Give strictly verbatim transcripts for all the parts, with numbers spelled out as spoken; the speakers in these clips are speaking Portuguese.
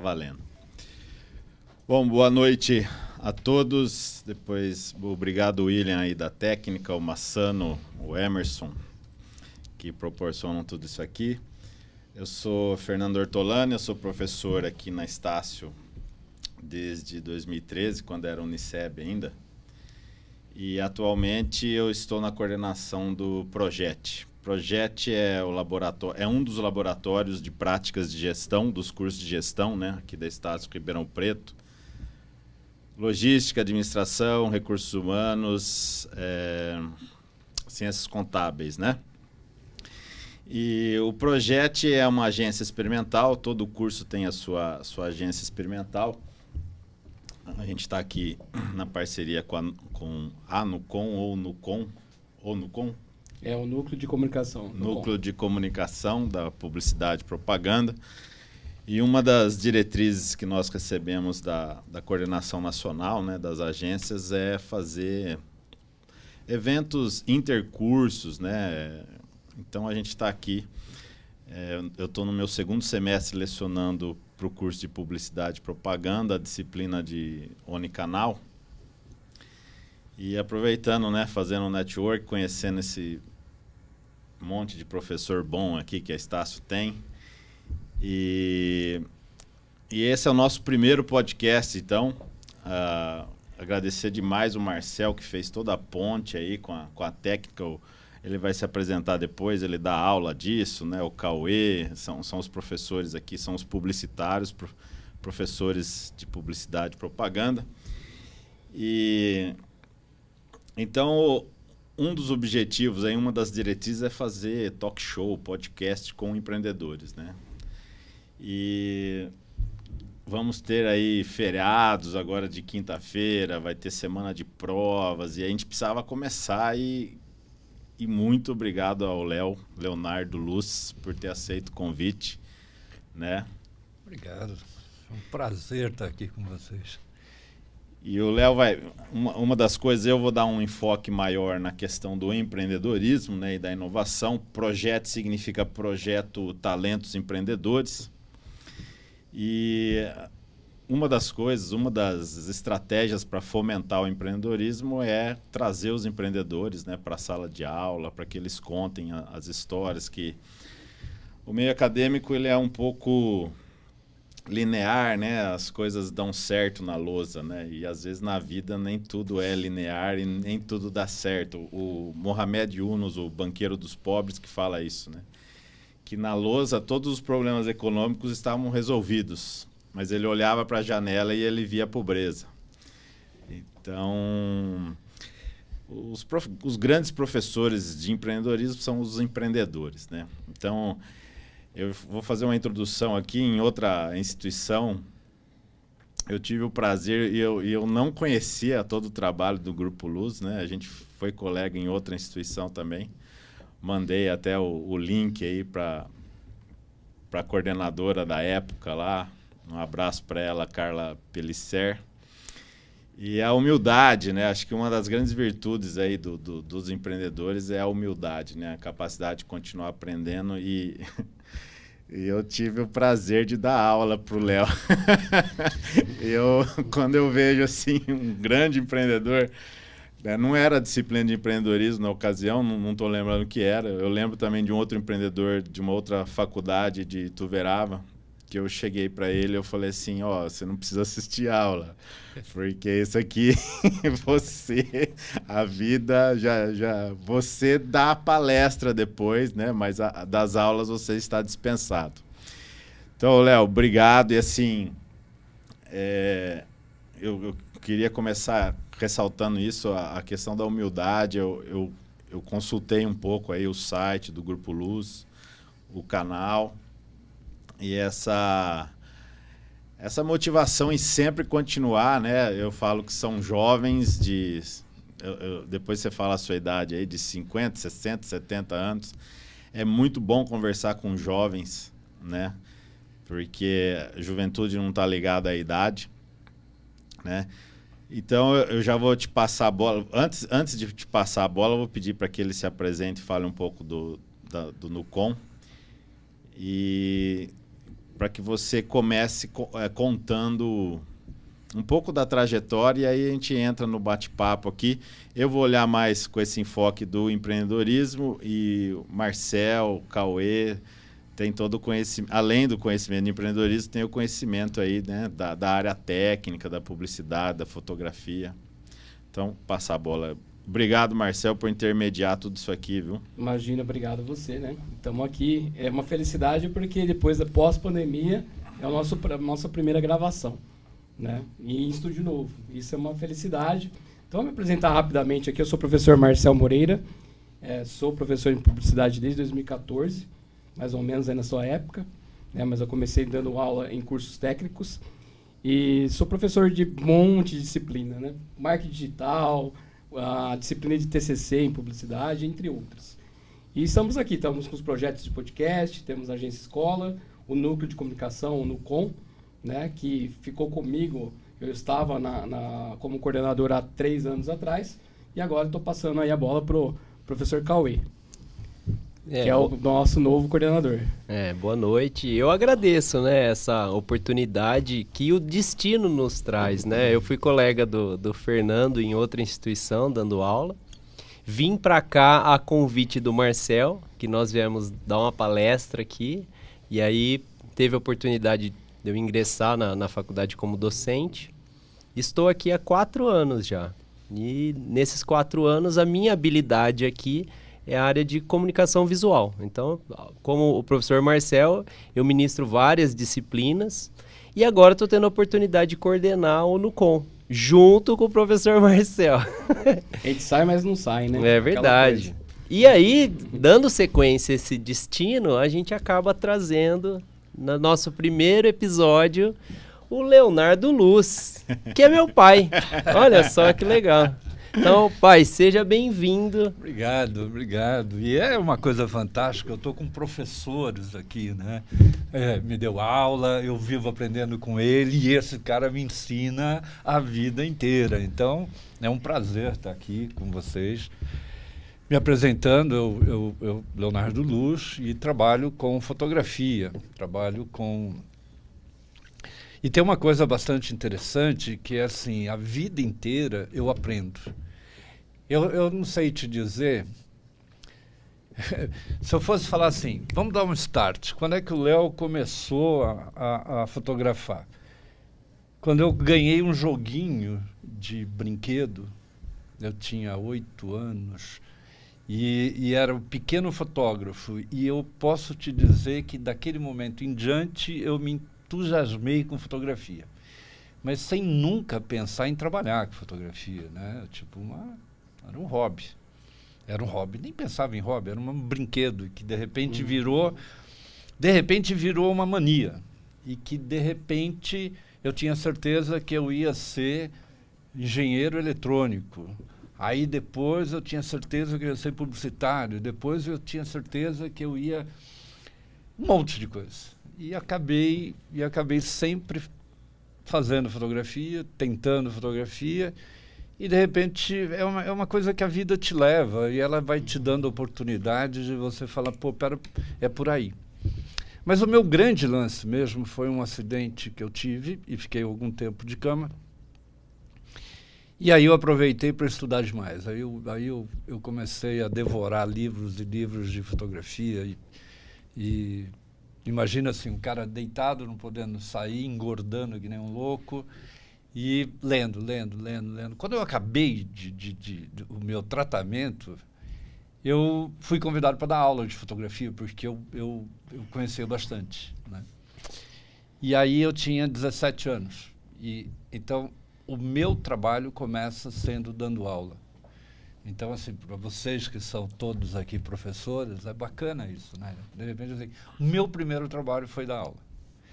valendo. Bom, boa noite a todos. Depois, obrigado, William, aí da técnica, o Massano, o Emerson, que proporcionam tudo isso aqui. Eu sou Fernando Ortolani, eu sou professor aqui na Estácio desde dois mil e treze, quando era Uniceb ainda. E atualmente eu estou na coordenação do Projet. Projet é, o laboratório, é um dos laboratórios de práticas de gestão, dos cursos de gestão, né, aqui da Estácio Ribeirão Preto. Logística, administração, recursos humanos, é, ciências contábeis, né? E o Projet é uma agência experimental, todo curso tem a sua, sua agência experimental. A gente está aqui na parceria com a, com a Nucom ou Nucom, ou Nucom? É o Núcleo de Comunicação. Núcleo de Comunicação da Publicidade e Propaganda. E uma das diretrizes que nós recebemos da, da coordenação nacional, né, das agências, é fazer eventos intercursos, né? Então, a gente está aqui, é, eu estou no meu segundo semestre lecionando para o curso de Publicidade e Propaganda, a disciplina de Onicanal. E aproveitando, né, fazendo um network, conhecendo esse monte de professor bom aqui que a Estácio tem. E, e esse é o nosso primeiro podcast, então. Uh, agradecer demais o Marcel, que fez toda a ponte aí com a, com a técnica. Ele vai se apresentar depois, ele dá aula disso, né? O Cauê, são, são os professores aqui, são os publicitários, pro, professores de publicidade e propaganda. E então, um dos objetivos, aí, uma das diretrizes é fazer talk show, podcast com empreendedores, né? E vamos ter aí feriados agora de quinta-feira, vai ter semana de provas, e a gente precisava começar e, e muito obrigado ao Léo, Leonardo Luz, por ter aceito o convite, né? Obrigado, é um prazer estar aqui com vocês. E o Léo vai, uma, uma das coisas, eu vou dar um enfoque maior na questão do empreendedorismo, né, e da inovação. Projeto significa Projeto Talentos Empreendedores. E uma das coisas, uma das estratégias para fomentar o empreendedorismo é trazer os empreendedores, né, para a sala de aula, para que eles contem a, as histórias. Que o meio acadêmico ele é um pouco linear, né? As coisas dão certo na lousa, né? E às vezes na vida nem tudo é linear e nem tudo dá certo. O Mohamed Yunus, o banqueiro dos pobres, que fala isso, né? Que na lousa todos os problemas econômicos estavam resolvidos, mas ele olhava para a janela e ele via a pobreza. Então, os, prof... os grandes professores de empreendedorismo são os empreendedores, né? Então, eu vou fazer uma introdução aqui. Em outra instituição, eu tive o prazer, e eu, e eu não conhecia todo o trabalho do Grupo Luz, né? A gente foi colega em outra instituição também. Mandei até o, o link aí para a coordenadora da época lá. Um abraço para ela, Carla Pellicer. E a humildade, né? Acho que uma das grandes virtudes aí do, do, dos empreendedores é a humildade, né? A capacidade de continuar aprendendo. E, e eu tive o prazer de dar aula para o Léo. eu, quando eu vejo assim um grande empreendedor, né? Não era disciplina de empreendedorismo na ocasião, não estou lembrando o que era. Eu lembro também de um outro empreendedor de uma outra faculdade de Ituverava, que eu cheguei para ele e eu falei assim, ó, oh, você não precisa assistir aula, porque isso aqui, você, a vida, já, já, você dá a palestra depois, né? Mas a, das aulas você está dispensado. Então, Léo, obrigado. E assim, é, eu, eu queria começar ressaltando isso, a, a questão da humildade. Eu, eu, eu consultei um pouco aí o site do Grupo Luz, o canal, e essa, essa motivação em sempre continuar, né? Eu falo que são jovens de... Eu, eu, depois você fala a sua idade aí, de cinquenta, sessenta, setenta anos. É muito bom conversar com jovens, né? Porque a juventude não está ligada à idade, né? Então, eu já vou te passar a bola. Antes, antes de te passar a bola, eu vou pedir para que ele se apresente e fale um pouco do, da, do Nucom. E para que você comece co é, contando um pouco da trajetória e aí a gente entra no bate-papo aqui. Eu vou olhar mais com esse enfoque do empreendedorismo e o Marcel, o Cauê, tem todo o conhecimento, além do conhecimento de empreendedorismo, tem o conhecimento aí, né, da, da área técnica, da publicidade, da fotografia. Então, passar a bola. Obrigado, Marcel, por intermediar tudo isso aqui, viu? Imagina, obrigado a você, né? Estamos aqui, é uma felicidade porque depois da pós-pandemia é a nosso, a nossa primeira gravação, né? E em estúdio novo. Isso é uma felicidade. Então, vou me apresentar rapidamente aqui. Eu sou o professor Marcel Moreira, é, sou professor em publicidade desde dois mil e quatorze, mais ou menos aí na sua época, né? Mas eu comecei dando aula em cursos técnicos e sou professor de um monte de disciplina, né? Marketing digital, a disciplina de T C C em publicidade, entre outras. E estamos aqui, estamos com os projetos de podcast, temos a Agência Escola, o Núcleo de Comunicação, o NUCOM, né? Que ficou comigo, eu estava na, na, como coordenador há três anos atrás, e agora estou passando aí a bola para o professor Cauê. É, que é o nosso novo coordenador. É, boa noite. Eu agradeço, né, essa oportunidade que o destino nos traz, né? Eu fui colega do, do Fernando em outra instituição, dando aula. Vim para cá a convite do Marcel, que nós viemos dar uma palestra aqui. E aí teve a oportunidade de eu ingressar na, na faculdade como docente. Estou aqui há quatro anos já. E nesses quatro anos a minha habilidade aqui é a área de comunicação visual. Então, como o professor Marcel, eu ministro várias disciplinas e agora estou tendo a oportunidade de coordenar o NUCOM, junto com o professor Marcel. A gente sai, mas não sai, né? É verdade. E aí, dando sequência a esse destino, a gente acaba trazendo, no nosso primeiro episódio, o Leonardo Luz, que é meu pai. Olha só que legal. Então, pai, seja bem-vindo. Obrigado, obrigado. E é uma coisa fantástica, eu estou com professores aqui, né? É, me deu aula, eu vivo aprendendo com ele e esse cara me ensina a vida inteira. Então, é um prazer estar aqui com vocês. Me apresentando, eu, eu, eu Leonardo Luz, e trabalho com fotografia, trabalho com... E tem uma coisa bastante interessante, que é assim, a vida inteira eu aprendo. Eu, eu não sei te dizer, se eu fosse falar assim, vamos dar um start, quando é que o Léo começou a, a, a fotografar? Quando eu ganhei um joguinho de brinquedo, eu tinha oito anos, e, e era um pequeno fotógrafo, e eu posso te dizer que daquele momento em diante eu me entusiasmei com fotografia, mas sem nunca pensar em trabalhar com fotografia, né? Tipo, uma, era um hobby. Era um hobby, nem pensava em hobby, era um brinquedo que de repente uhum. virou, de repente virou uma mania. E que de repente eu tinha certeza que eu ia ser engenheiro eletrônico. Aí depois eu tinha certeza que eu ia ser publicitário, depois eu tinha certeza que eu ia... um monte de coisa. E acabei, e acabei sempre fazendo fotografia, tentando fotografia, e de repente é uma, é uma coisa que a vida te leva, e ela vai te dando oportunidade de você falar, pô, pera, é por aí. Mas o meu grande lance mesmo foi um acidente que eu tive, e fiquei algum tempo de cama, e aí eu aproveitei para estudar demais. Aí, eu, aí eu, eu comecei a devorar livros e livros de fotografia, e... e imagina assim, um cara deitado, não podendo sair, engordando que nem um louco, e lendo, lendo, lendo, lendo. Quando eu acabei de, de, de, de, o meu tratamento, eu fui convidado para dar aula de fotografia, porque eu, eu, eu conhecia bastante, né? E aí eu tinha dezessete anos. E, então, o meu trabalho começa sendo dando aula. Então, assim, para vocês que são todos aqui professores, é bacana isso, né? De repente, assim, o meu primeiro trabalho foi dar aula.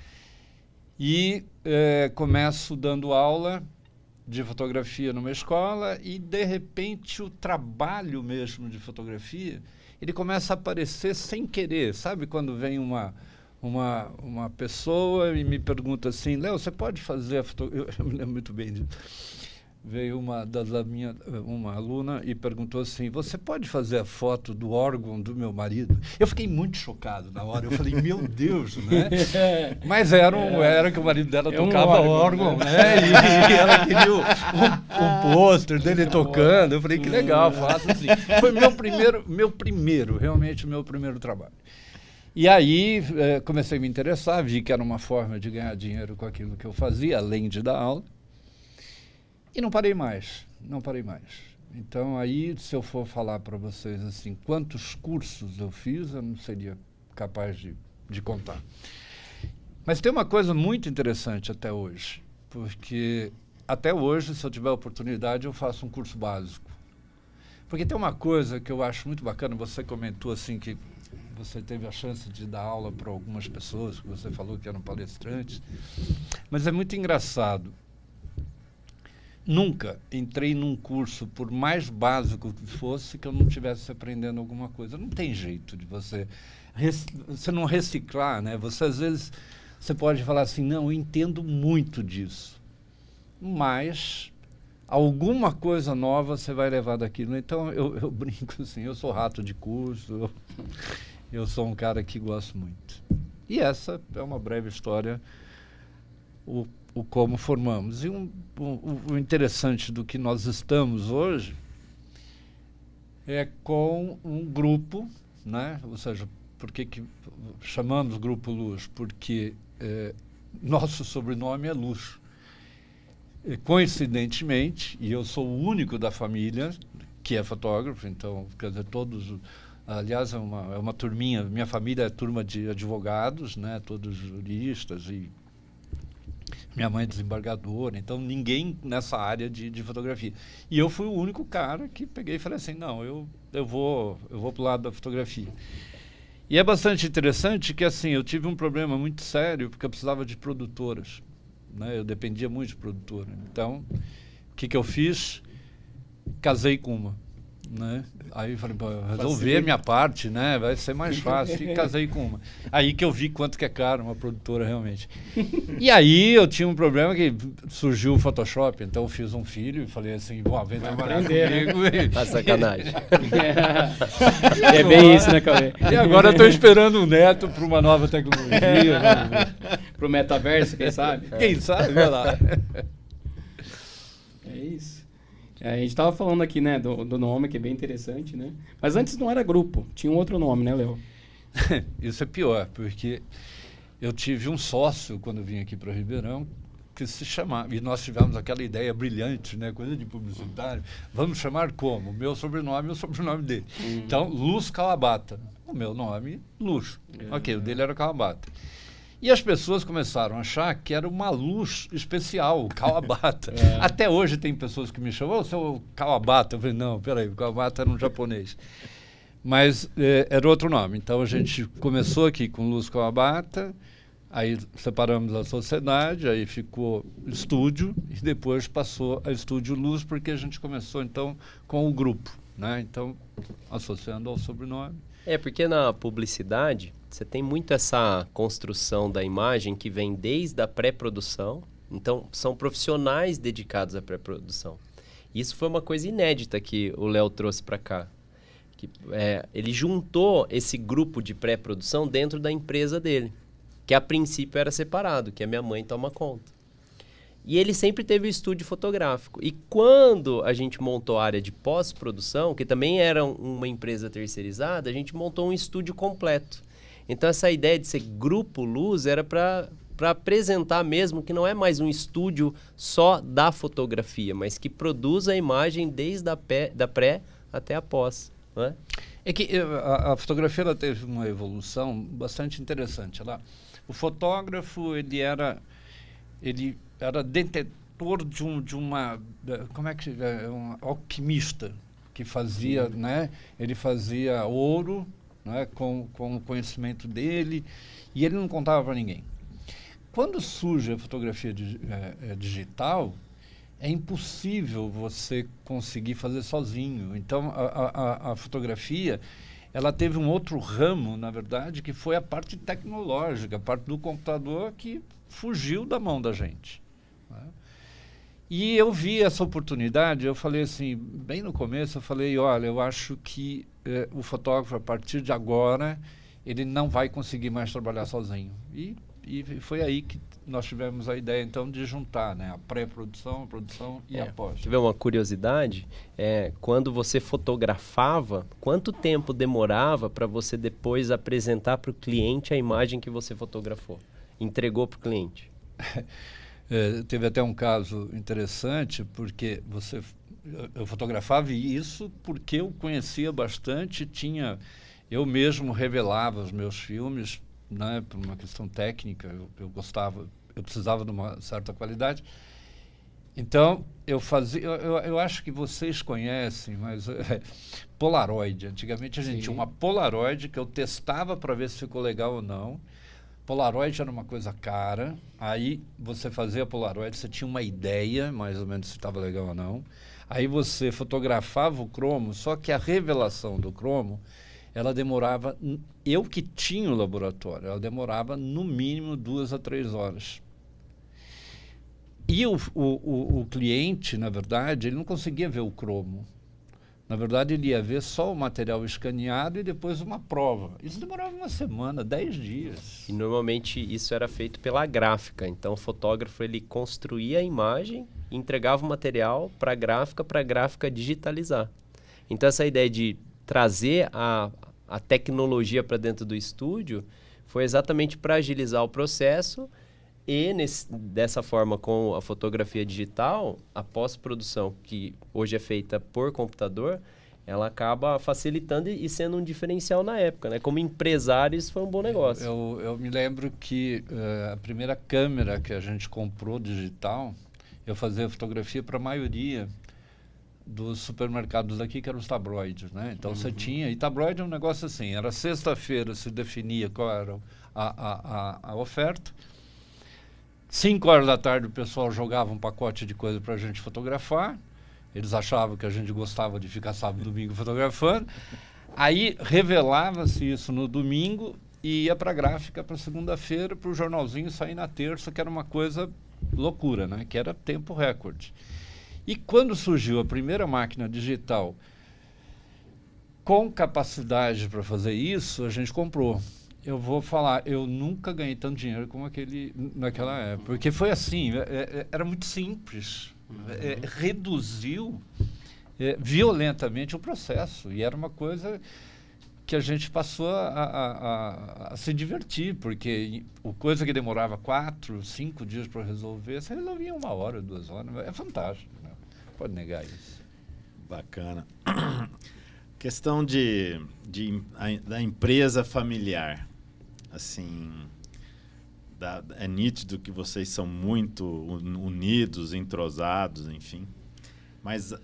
E é, começo dando aula de fotografia numa escola e, de repente, o trabalho mesmo de fotografia, ele começa a aparecer sem querer. Sabe quando vem uma, uma, uma pessoa e me pergunta assim, Léo, você pode fazer a fotografia? Eu, eu me lembro muito bem disso. veio uma da, da minha uma aluna e perguntou assim: você pode fazer a foto do órgão do meu marido? Eu fiquei muito chocado na hora. Eu falei: meu Deus, né? Mas era, um, era que o marido dela é um tocava órgão, órgão, né? E, e ela queria um, um pôster dele tocando. Eu falei: que legal, faço assim. Foi meu primeiro, meu primeiro, realmente o meu primeiro trabalho. E aí eh, comecei a me interessar, vi que era uma forma de ganhar dinheiro com aquilo que eu fazia, além de dar aula. E não parei mais, não parei mais. Então, aí, se eu for falar para vocês assim, quantos cursos eu fiz, eu não seria capaz de, de contar. Mas tem uma coisa muito interessante até hoje, porque até hoje, se eu tiver oportunidade, eu faço um curso básico. Porque tem uma coisa que eu acho muito bacana, você comentou assim que você teve a chance de dar aula para algumas pessoas, que você falou que eram palestrantes, mas é muito engraçado. Nunca entrei num curso, por mais básico que fosse, que eu não estivesse aprendendo alguma coisa. Não tem jeito de você, você não reciclar, né? Você, às vezes, você pode falar assim, não, eu entendo muito disso. Mas alguma coisa nova você vai levar daquilo. Então, eu, eu brinco assim, eu sou rato de curso, eu, eu sou um cara que gosto muito. E essa é uma breve história, o o como formamos. E um, o, o interessante do que nós estamos hoje é com um grupo, né? Ou seja, por que que chamamos Grupo Luz? Porque é, nosso sobrenome é Luz. E, coincidentemente, e eu sou o único da família que é fotógrafo, então, quer dizer, todos... Aliás, é uma, é uma turminha, minha família é turma de advogados, né? Todos juristas e... Minha mãe é desembargadora, então ninguém nessa área de, de fotografia. E eu fui o único cara que peguei e falei assim, não, eu, eu vou, eu vou pro lado da fotografia. E é bastante interessante que, assim, eu tive um problema muito sério, porque eu precisava de produtoras, né? Eu dependia muito de produtora. Então, o que que eu fiz? Casei com uma, né? Aí eu falei, pô, eu resolvi a minha parte, né? Vai ser mais fácil. E casei com uma. Aí que eu vi quanto que é caro uma produtora realmente. E aí eu tinha um problema que surgiu o Photoshop, então eu fiz um filho e falei assim, bom, vem trabalhar comigo. E... Tá sacanagem. É, é bem isso, né, Cauê? E agora eu tô esperando um neto para uma nova tecnologia. Né? Pro metaverso, quem sabe? Quem sabe, vai lá. É isso. É, a gente estava falando aqui, né, do, do nome, que é bem interessante, né? Mas antes não era grupo, tinha um outro nome, né, Léo? Isso é pior, porque eu tive um sócio, quando eu vim aqui para Ribeirão, que se chamava, e nós tivemos aquela ideia brilhante, né, coisa de publicitário, vamos chamar como? O meu sobrenome e o sobrenome dele. Uhum. Então, Luz Calabata. O meu nome, Luz. Uhum. Ok, o dele era Calabata. E as pessoas começaram a achar que era uma luz especial, o Kawabata. É. Até hoje tem pessoas que me chamam, ô, seu Kawabata. Eu falei, não, peraí, o Kawabata era um japonês. Mas é, era outro nome. Então a gente começou aqui com Luz Kawabata, aí separamos a sociedade, aí ficou estúdio, e depois passou a Estúdio Luz, porque a gente começou então com o grupo, né? Então, associando ao sobrenome. É, porque na publicidade... Você tem muito essa construção da imagem que vem desde a pré-produção. Então, são profissionais dedicados à pré-produção. Isso foi uma coisa inédita que o Léo trouxe para cá. Que, é, ele juntou esse grupo de pré-produção dentro da empresa dele, que a princípio era separado, que a minha mãe toma conta. E ele sempre teve o estúdio fotográfico. E quando a gente montou a área de pós-produção, que também era uma empresa terceirizada, a gente montou um estúdio completo. Então, essa ideia de ser Grupo Luz era para apresentar mesmo que não é mais um estúdio só da fotografia, mas que produz a imagem desde a pé, da pré até a pós. Não é? É que a, a fotografia ela teve uma evolução bastante interessante. Ela, o fotógrafo ele era, ele era detentor de, um, de uma... Como é que é? Um alquimista que fazia, né? Ele fazia ouro... Né, com, com o conhecimento dele, e ele não contava para ninguém. Quando surge a fotografia di, é, é, digital, é impossível você conseguir fazer sozinho. Então, a, a, a fotografia, ela teve um outro ramo, na verdade, que foi a parte tecnológica, a parte do computador que fugiu da mão da gente. Né? E eu vi essa oportunidade, eu falei assim, bem no começo, eu falei, olha, eu acho que eh, o fotógrafo, a partir de agora, ele não vai conseguir mais trabalhar sozinho. E, e foi aí que nós tivemos a ideia, então, de juntar, né, a pré-produção, a produção e É, a pós. Quer ver uma curiosidade? É, quando você fotografava, quanto tempo demorava para você depois apresentar para o cliente a imagem que você fotografou? Entregou para o cliente? É, teve até um caso interessante, porque você, eu, eu fotografava isso porque eu conhecia bastante, tinha, eu mesmo revelava os meus filmes, né, por uma questão técnica, eu, eu gostava, eu precisava de uma certa qualidade. Então, eu fazia, eu, eu, eu acho que vocês conhecem, mas é, Polaroid. Antigamente a gente Sim. tinha uma Polaroid que eu testava para ver se ficou legal ou não. Polaroid era uma coisa cara, aí você fazia Polaroid, você tinha uma ideia, mais ou menos, se estava legal ou não. Aí você fotografava o cromo, só que a revelação do cromo, ela demorava, eu que tinha o laboratório, ela demorava no mínimo duas a três horas. E o, o, o, o cliente, na verdade, ele não conseguia ver o cromo. Na verdade, ele ia ver só o material escaneado e depois uma prova. Isso demorava uma semana, dez dias. E normalmente isso era feito pela gráfica. Então o fotógrafo ele construía a imagem e entregava o material para a gráfica, para a gráfica digitalizar. Então essa ideia de trazer a, a tecnologia para dentro do estúdio foi exatamente para agilizar o processo e nesse, dessa forma com a fotografia digital, a pós-produção que hoje é feita por computador, ela acaba facilitando e sendo um diferencial na época, né? Como empresário isso foi um bom negócio. Eu, eu, eu me lembro que uh, a primeira câmera que a gente comprou digital, eu fazia fotografia para a maioria dos supermercados daqui, que eram os tabloides, né? Então, uhum. Você tinha... E tabloide é um negócio assim, era sexta-feira, se definia qual era a, a, a, a oferta. Cinco horas da tarde o pessoal jogava um pacote de coisa para a gente fotografar. Eles achavam que a gente gostava de ficar sábado e domingo fotografando. Aí revelava-se isso no domingo e ia para a gráfica para segunda-feira, para o jornalzinho sair na terça, que era uma coisa loucura, né? Que era tempo recorde. E quando surgiu a primeira máquina digital com capacidade para fazer isso, a gente comprou. Eu vou falar, eu nunca ganhei tanto dinheiro como aquele, naquela época. Porque foi assim, é, é, era muito simples. É, reduziu é, violentamente o processo. E era uma coisa que a gente passou a, a, a, a se divertir, porque o coisa que demorava quatro, cinco dias para resolver, você resolvia em uma hora, duas horas. É fantástico, né? Pode negar isso. Bacana. Questão de, de, a, da empresa familiar. Assim, da, é nítido que vocês são muito unidos, entrosados, enfim. Mas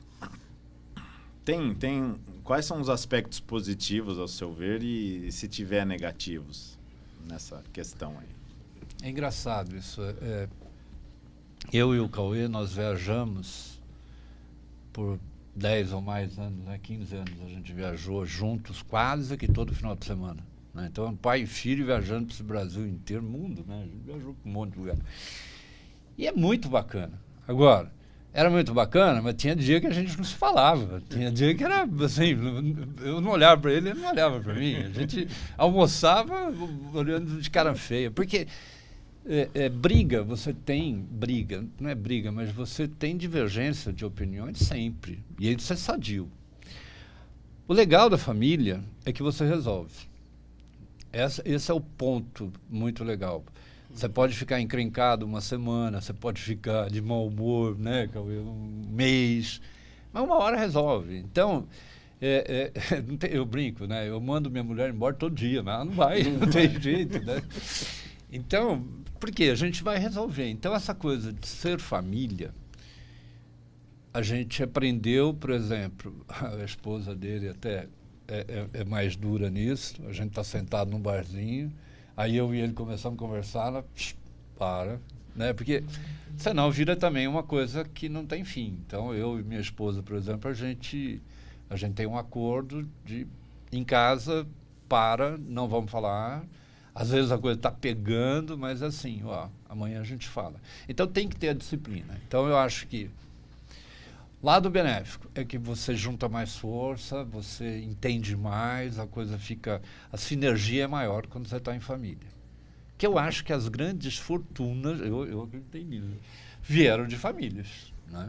tem, tem, quais são os aspectos positivos, ao seu ver, e se tiver negativos nessa questão aí? É engraçado isso. É, eu e o Cauê, nós viajamos por dez ou mais anos, né? quinze anos a gente viajou juntos quase que todo final de semana. Né? Então, pai e filho viajando para esse Brasil inteiro, mundo, né? A gente viajou para um monte de lugar. E é muito bacana. Agora, era muito bacana, mas tinha dia que a gente não se falava. Tinha dia que era assim, eu não olhava para ele, ele não olhava para mim. A gente almoçava olhando de cara feia. Porque é, é, briga, você tem briga, não é briga, mas você tem divergência de opiniões sempre. E isso é sadio. O legal da família é que você resolve. Essa, esse é o ponto muito legal. Você pode ficar encrencado uma semana, você pode ficar de mau humor, né, um mês, mas uma hora resolve. Então, é, é, não tem, eu brinco, né? Eu mando minha mulher embora todo dia, mas ela não vai, não tem jeito, né? Então, por quê? A gente vai resolver. Então, essa coisa de ser família, a gente aprendeu, por exemplo, a esposa dele até é, é, é mais dura nisso, a gente está sentado num barzinho, aí eu e ele começamos a conversar, ela psh, para, né? Porque senão vira também uma coisa que não tem fim. Então, eu e minha esposa, por exemplo, a gente, a gente tem um acordo de, em casa, para, não vamos falar, Às vezes a coisa está pegando, mas assim, ó, amanhã a gente fala. Então tem que ter a disciplina. Então eu acho que lado benéfico é que você junta mais força, você entende mais, a coisa fica... A sinergia é maior quando você está em família. Que eu acho que as grandes fortunas, eu, eu acreditei nisso, vieram de famílias, né?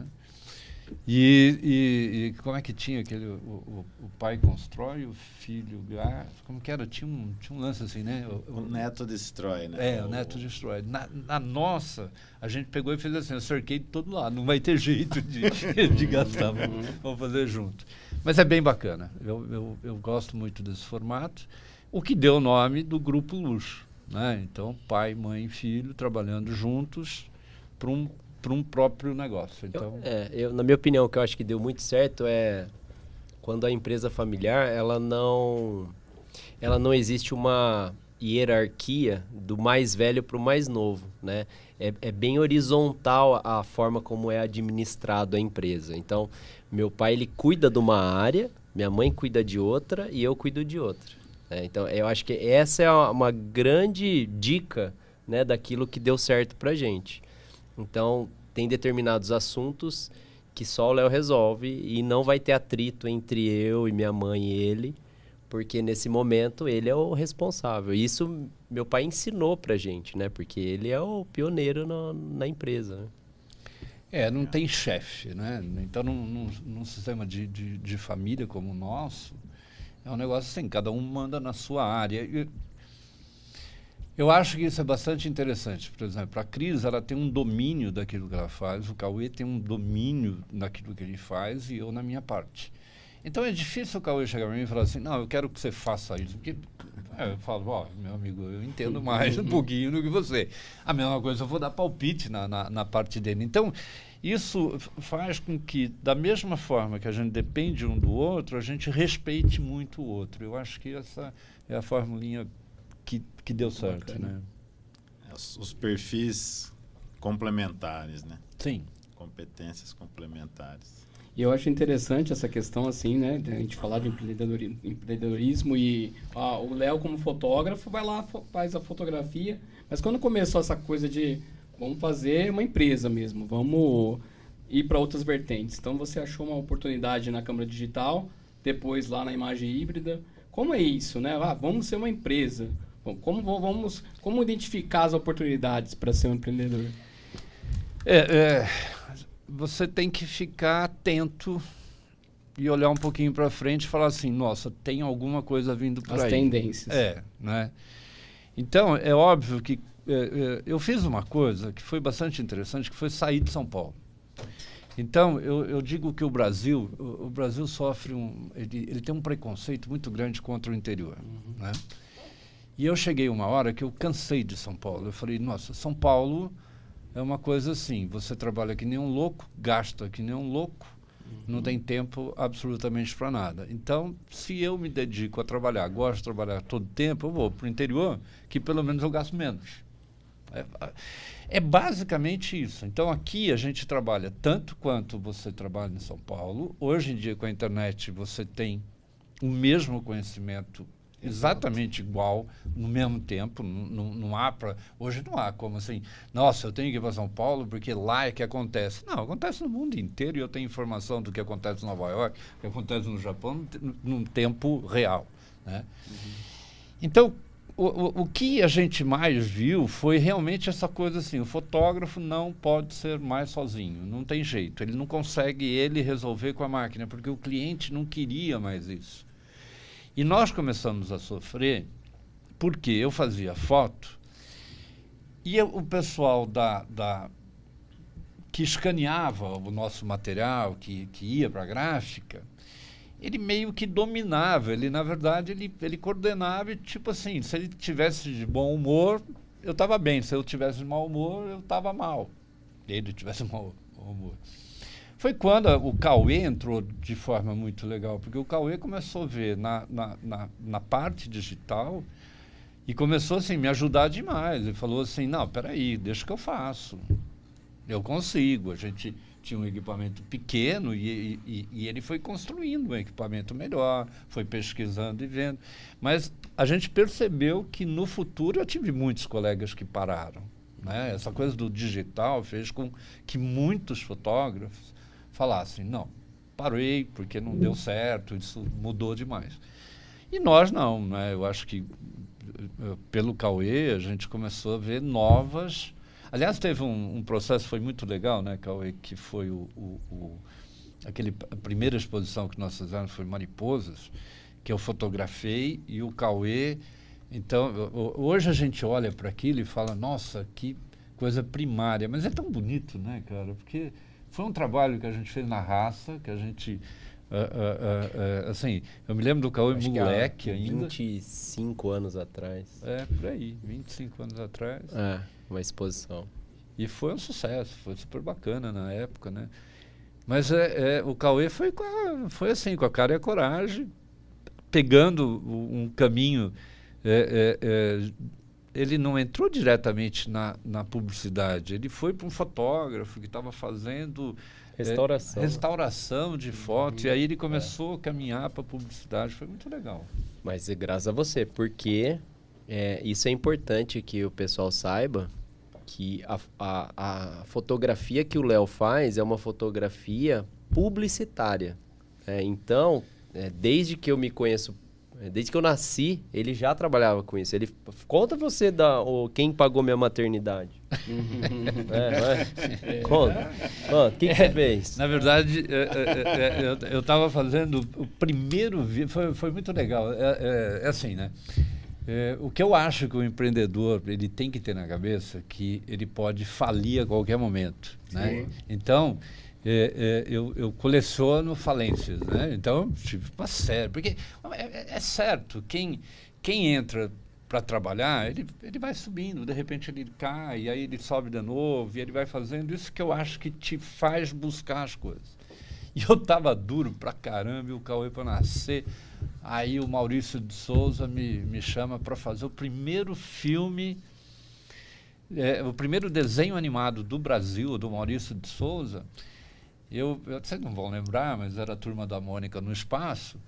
E, e, e como é que tinha aquele... O, o, o pai constrói, o filho gasta... Como que era? Tinha um, tinha um lance assim, né? O, o, o neto destrói, né? É, o, o neto destrói. Na, na nossa, a gente pegou e fez assim, eu cerquei de todo lado, não vai ter jeito de, de gastar, vamos, vamos fazer junto. Mas é bem bacana, eu, eu, eu gosto muito desse formato, o que deu o nome do Grupo Luxo, né? Então, pai, mãe e filho trabalhando juntos para um para um próprio negócio. Então, eu, é, eu, na minha opinião, o que eu acho que deu muito certo é quando a empresa familiar, ela não, ela não existe uma hierarquia do mais velho para o mais novo, né? É, é bem horizontal a forma como é administrado a empresa. Então, meu pai, ele cuida de uma área, minha mãe cuida de outra e eu cuido de outra. Né? Então, eu acho que essa é uma, uma grande dica, né, daquilo que deu certo para a gente. Então, tem determinados assuntos que só o Léo resolve e não vai ter atrito entre eu e minha mãe e ele, porque nesse momento ele é o responsável. Isso meu pai ensinou pra gente, né? Porque ele é o pioneiro no, na empresa. Né? É, não tem chefe, né? Então, num, num, num sistema de, de, de família como o nosso, é um negócio assim, cada um manda na sua área. E, eu acho que isso é bastante interessante. Por exemplo, a Cris, ela tem um domínio daquilo que ela faz, o Cauê tem um domínio daquilo que ele faz e eu na minha parte. Então é difícil o Cauê chegar para mim e falar assim, não, eu quero que você faça isso. Porque é, eu falo, ó, oh, meu amigo, eu entendo mais um pouquinho do que você. A mesma coisa, eu vou dar palpite na, na, na parte dele. Então, isso faz com que, da mesma forma que a gente depende um do outro, a gente respeite muito o outro. Eu acho que essa é a formulinha Que, que deu certo, bacana, né? Os, os perfis complementares, né? Sim. Competências complementares. E eu acho interessante essa questão, assim, né? De a gente falar de empreendedorismo, empreendedorismo e ah, o Léo, como fotógrafo, vai lá, faz a fotografia. Mas quando começou essa coisa de vamos fazer uma empresa mesmo, vamos ir para outras vertentes. Então, você achou uma oportunidade na câmera digital, depois lá na imagem híbrida. Como é isso, né? Ah, vamos ser uma empresa. Como, vamos, como identificar as oportunidades para ser um empreendedor? É, é, você tem que ficar atento e olhar um pouquinho para frente e falar assim, nossa, tem alguma coisa vindo por As aí. As tendências. É, né? Então, é óbvio que é, é, eu fiz uma coisa que foi bastante interessante, que foi sair de São Paulo. Então, eu, eu digo que o Brasil, o, o Brasil sofre um... Ele, ele tem um preconceito muito grande contra o interior, uhum. né? E eu cheguei uma hora que eu cansei de São Paulo. Eu falei, nossa, São Paulo é uma coisa assim, você trabalha que nem um louco, gasta que nem um louco, uhum. não tem tempo absolutamente para nada. Então, se eu me dedico a trabalhar, gosto de trabalhar todo tempo, eu vou para o interior, que pelo menos eu gasto menos. É, é basicamente isso. Então, aqui a gente trabalha tanto quanto você trabalha em São Paulo. Hoje em dia, com a internet, você tem o mesmo conhecimento exatamente igual, no mesmo tempo. Não, não há para... Hoje não há como assim, nossa, eu tenho que ir para São Paulo porque lá é que acontece. Não, acontece no mundo inteiro e eu tenho informação do que acontece em Nova York, do que acontece no Japão, num tempo real, né? Uhum. Então, O, o, o que a gente mais viu foi realmente essa coisa assim, o fotógrafo não pode ser mais sozinho, não tem jeito, ele não consegue ele resolver com a máquina, porque o cliente não queria mais isso. E nós começamos a sofrer porque eu fazia foto e eu, o pessoal da, da, que escaneava o nosso material, que, que ia para a gráfica, ele meio que dominava, ele na verdade ele, ele coordenava e tipo assim, se ele tivesse de bom humor, eu estava bem, se eu tivesse de mau humor, eu estava mal, ele tivesse de mau humor. Foi quando a, o Cauê entrou de forma muito legal, porque o Cauê começou a ver na, na, na, na parte digital e começou assim, me ajudar demais, ele falou assim, não, peraí, deixa que eu faço, eu consigo, a gente... tinha um equipamento pequeno e, e, e ele foi construindo um equipamento melhor, foi pesquisando e vendo. Mas a gente percebeu que no futuro eu tive muitos colegas que pararam, né? Essa coisa do digital fez com que muitos fotógrafos falassem, não, parei porque não deu certo, isso mudou demais. E nós não, né? Eu acho que pelo Cauê a gente começou a ver novas... Aliás, teve um, um processo, foi muito legal, né, Cauê, que foi o, o, o, aquele, a primeira exposição que nós fizemos foi Mariposas, que eu fotografei e o Cauê... Então, hoje a gente olha para aquilo e fala, nossa, que coisa primária, mas é tão bonito, né, cara? Porque foi um trabalho que a gente fez na raça, que a gente... Uh, uh, uh, uh, assim, eu me lembro do Cauê moleque ainda. vinte e cinco anos atrás. É, por aí, vinte e cinco anos atrás. É, uma exposição. E foi um sucesso, foi super bacana na época, né? Mas é, é, o Cauê foi, com a, foi assim, com a cara e a coragem, pegando um caminho... É, é, é, ele não entrou diretamente na, na publicidade, ele foi para um fotógrafo que estava fazendo... Restauração. É, restauração de fotos, uhum. E aí ele começou é. a caminhar para a publicidade, foi muito legal. Mas é graças a você, porque é, isso é importante que o pessoal saiba, que a, a, a fotografia que o Léo faz é uma fotografia publicitária. É, então, é, desde que eu me conheço, desde que eu nasci, ele já trabalhava com isso. Ele conta você da o, quem pagou minha maternidade. é, é. Conta. Conta. O que, que você fez? Na verdade, é, é, é, eu estava fazendo o primeiro vídeo. Foi, foi muito legal. É, é, é assim, né? É, o que eu acho que o empreendedor ele tem que ter na cabeça é que ele pode falir a qualquer momento, né? Então É, é, eu, eu coleciono falências, né? Então, tive uma série. Porque é, é certo, quem, quem entra para trabalhar, ele, ele vai subindo, de repente ele cai, aí ele sobe de novo, e ele vai fazendo isso que eu acho que te faz buscar as coisas. E eu tava duro pra caramba, e o Cauê para nascer. Aí o Maurício de Souza me, me chama para fazer o primeiro filme, é, o primeiro desenho animado do Brasil, do Maurício de Souza. Eu, eu, vocês não vão lembrar, mas era a Turma da Mônica no Espaço,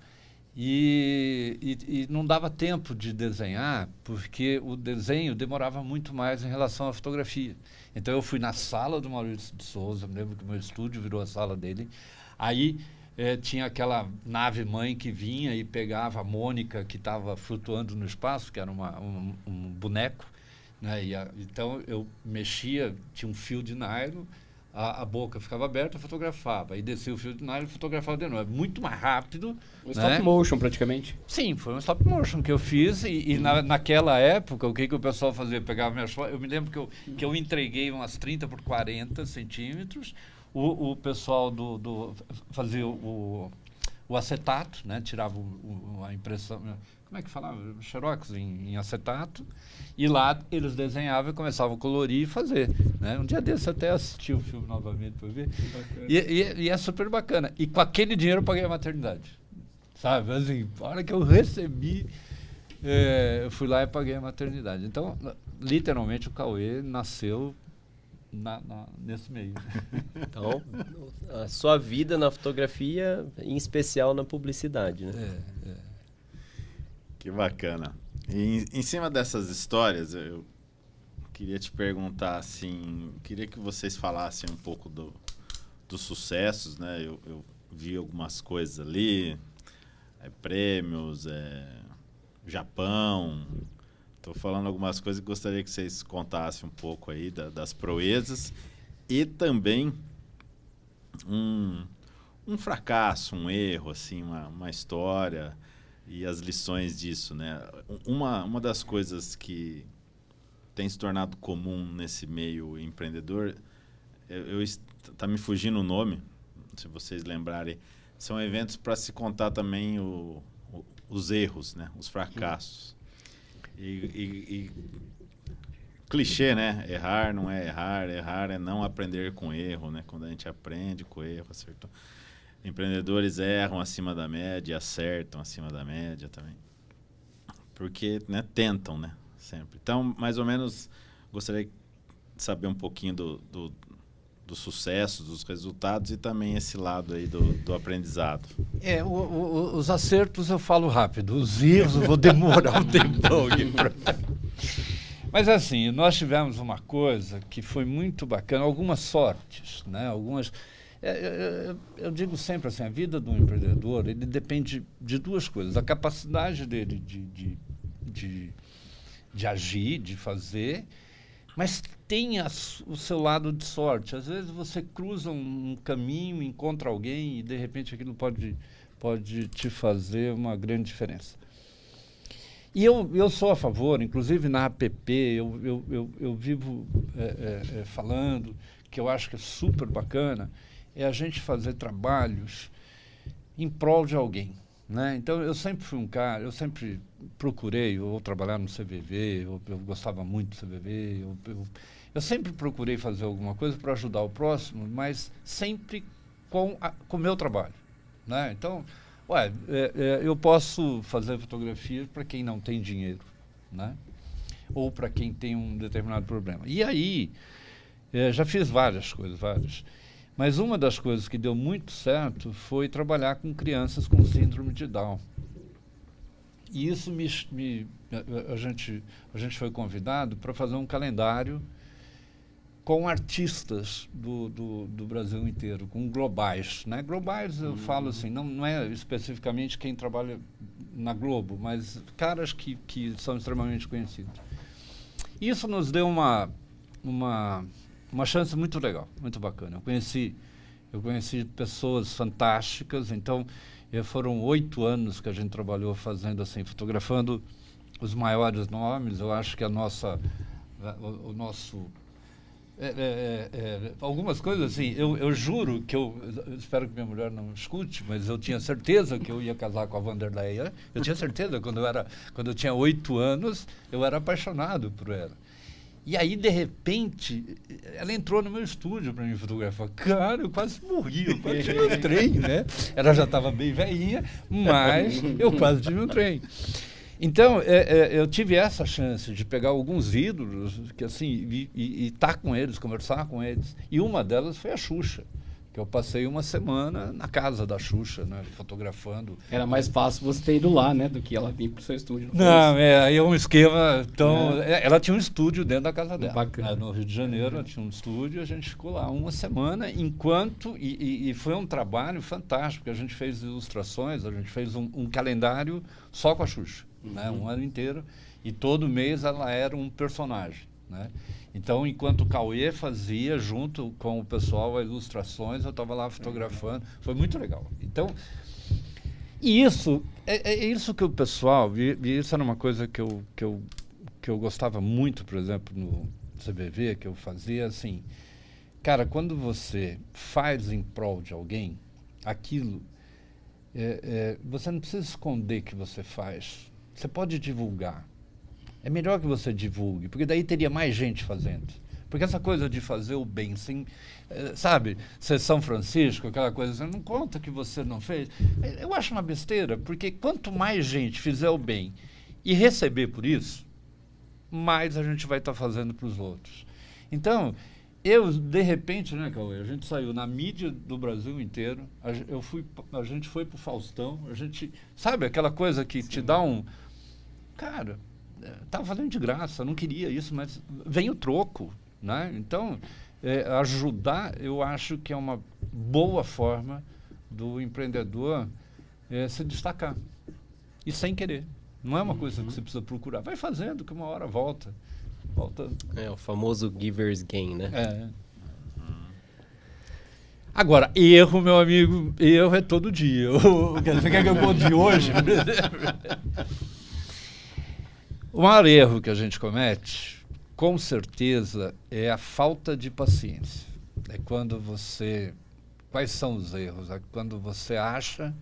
e, e, e não dava tempo de desenhar, porque o desenho demorava muito mais em relação à fotografia. Então eu fui na sala do Maurício de Souza, me lembro que o meu estúdio virou a sala dele, aí eh, tinha aquela nave-mãe que vinha e pegava a Mônica, que estava flutuando no espaço, que era uma, um, um boneco, né? E a, então eu mexia, tinha um fio de nylon, A, a boca ficava aberta, eu fotografava. Aí descia o fio de nylon e fotografava de novo. É muito mais rápido. Um né? stop motion, praticamente. Sim, foi um stop motion que eu fiz. E, e na, naquela época, o que, que o pessoal fazia? Pegava minhas fotos. Eu me lembro que eu, que eu entreguei umas trinta por quarenta centímetros. O, o pessoal do, do, fazia o, o acetato, né? Tirava o, o, a impressão... Como é que falava? Xerox em, em acetato. E lá eles desenhavam e começavam a colorir e fazer. Né? Um dia desse eu até assisti o filme novamente para ver. E, e, e é super bacana. E com aquele dinheiro eu paguei a maternidade. Sabe? Assim, a hora que eu recebi, é, eu fui lá e paguei a maternidade. Então, literalmente, o Cauê nasceu na, na, nesse meio. Então, a sua vida na fotografia, em especial na publicidade, né? É, é. Que bacana. E em, em cima dessas histórias, eu queria te perguntar, assim, queria que vocês falassem um pouco do, dos sucessos, né? Eu, eu vi algumas coisas ali, é, prêmios, é, Japão. Estou falando algumas coisas que gostaria que vocês contassem um pouco aí da, das proezas e também um, um fracasso, um erro, assim, uma, uma história... E as lições disso, né? Uma, uma das coisas que tem se tornado comum nesse meio empreendedor, eu está me fugindo o nome, se vocês lembrarem, são eventos para se contar também o, o, os erros, né? Os fracassos. E, e, e clichê, né? Errar não é errar, errar é não aprender com erro, né? Quando a gente aprende com erro, acertou. Empreendedores erram acima da média, acertam acima da média também. Porque, né, tentam, né, sempre. Então, mais ou menos, gostaria de saber um pouquinho do, do, do sucesso, dos resultados e também esse lado aí do, do aprendizado. É, o, o, os acertos eu falo rápido, os erros eu vou demorar um tempão aqui pra... Mas assim, nós tivemos uma coisa que foi muito bacana, algumas sortes, né? Algumas... É, eu, eu digo sempre assim, a vida do empreendedor, ele depende de duas coisas, a capacidade dele de, de, de, de agir, de fazer, mas tem a, o seu lado de sorte. Às vezes você cruza um caminho, encontra alguém e de repente aquilo pode, pode te fazer uma grande diferença. E eu, eu sou a favor, inclusive na A P P, eu, eu, eu, eu vivo é, é, é, falando que eu acho que é super bacana, é a gente fazer trabalhos em prol de alguém, né? Então, eu sempre fui um cara, eu sempre procurei, ou trabalhar no C V V, eu, eu gostava muito do C V V, eu, eu, eu sempre procurei fazer alguma coisa para ajudar o próximo, mas sempre com o meu trabalho, né? Então, ué, é, é, eu posso fazer fotografia para quem não tem dinheiro, né? Ou para quem tem um determinado problema. E aí, é, já fiz várias coisas, várias. Mas uma das coisas que deu muito certo foi trabalhar com crianças com síndrome de Down. E isso me, me a, a, gente, a gente foi convidado para fazer um calendário com artistas do, do, do Brasil inteiro, com globais, né? Globais, eu uhum. falo assim, não, não é especificamente quem trabalha na Globo, mas caras que, que são extremamente conhecidos. Isso nos deu uma... uma Uma chance muito legal, muito bacana. Eu conheci, eu conheci pessoas fantásticas, então eh, foram oito anos que a gente trabalhou fazendo assim, fotografando os maiores nomes. Eu acho que a nossa, o, o nosso, é, é, é, algumas coisas assim, eu, eu juro que eu, eu espero que minha mulher não escute, mas eu tinha certeza que eu ia casar com a Vanderleia. Eu tinha certeza, quando eu era, quando eu tinha oito anos, eu era apaixonado por ela. E aí, de repente, ela entrou no meu estúdio para me fotografar. Cara, eu quase morri, eu quase tive um trem, né? Ela já estava bem velhinha, mas eu quase tive um trem. Então, é, é, eu tive essa chance de pegar alguns ídolos, que assim, e estar com eles, conversar com eles. E uma delas foi a Xuxa, que eu passei uma semana na casa da Xuxa, né, fotografando. Era mais fácil você ter ido lá, né, do que ela vir pro seu estúdio. Não, não é, aí é um esquema, então, é. Ela tinha um estúdio dentro da casa dela. Bacana. Né, no Rio de Janeiro, ela tinha um estúdio, a gente ficou lá uma semana, enquanto, e, e, e foi um trabalho fantástico, porque a gente fez ilustrações, a gente fez um, um calendário só com a Xuxa, uhum. né, um ano inteiro, e todo mês ela era um personagem, né. Então, enquanto o Cauê fazia, junto com o pessoal, as ilustrações, eu estava lá fotografando. Foi muito legal. Então, e isso, é, é isso que o pessoal... E, e isso era uma coisa que eu, que, eu, que eu gostava muito, por exemplo, no C V V, que eu fazia, assim... Cara, quando você faz em prol de alguém, aquilo... É, é, você não precisa esconder que você faz. Você pode divulgar. É melhor que você divulgue, porque daí teria mais gente fazendo. Porque essa coisa de fazer o bem, sem, sabe, ser São Francisco, aquela coisa assim, não conta que você não fez. Eu acho uma besteira, porque quanto mais gente fizer o bem e receber por isso, mais a gente vai estar tá fazendo para os outros. Então, eu, de repente, né, Cauê, a gente saiu na mídia do Brasil inteiro, a, eu fui, a gente foi para o Faustão, a gente, sabe, aquela coisa que Sim. te dá um... Cara... Estava fazendo de graça, não queria isso, mas vem o troco, né? Então, é, ajudar, eu acho que é uma boa forma do empreendedor é, se destacar. E sem querer. Não é uma coisa que você precisa procurar. Vai fazendo, que uma hora volta. volta. É o famoso giver's gain, né? É. Agora, erro, meu amigo, erro é todo dia. Você quer que eu conte hoje? O maior erro que a gente comete, com certeza, é a falta de paciência. É quando você... Quais são os erros? É quando você acha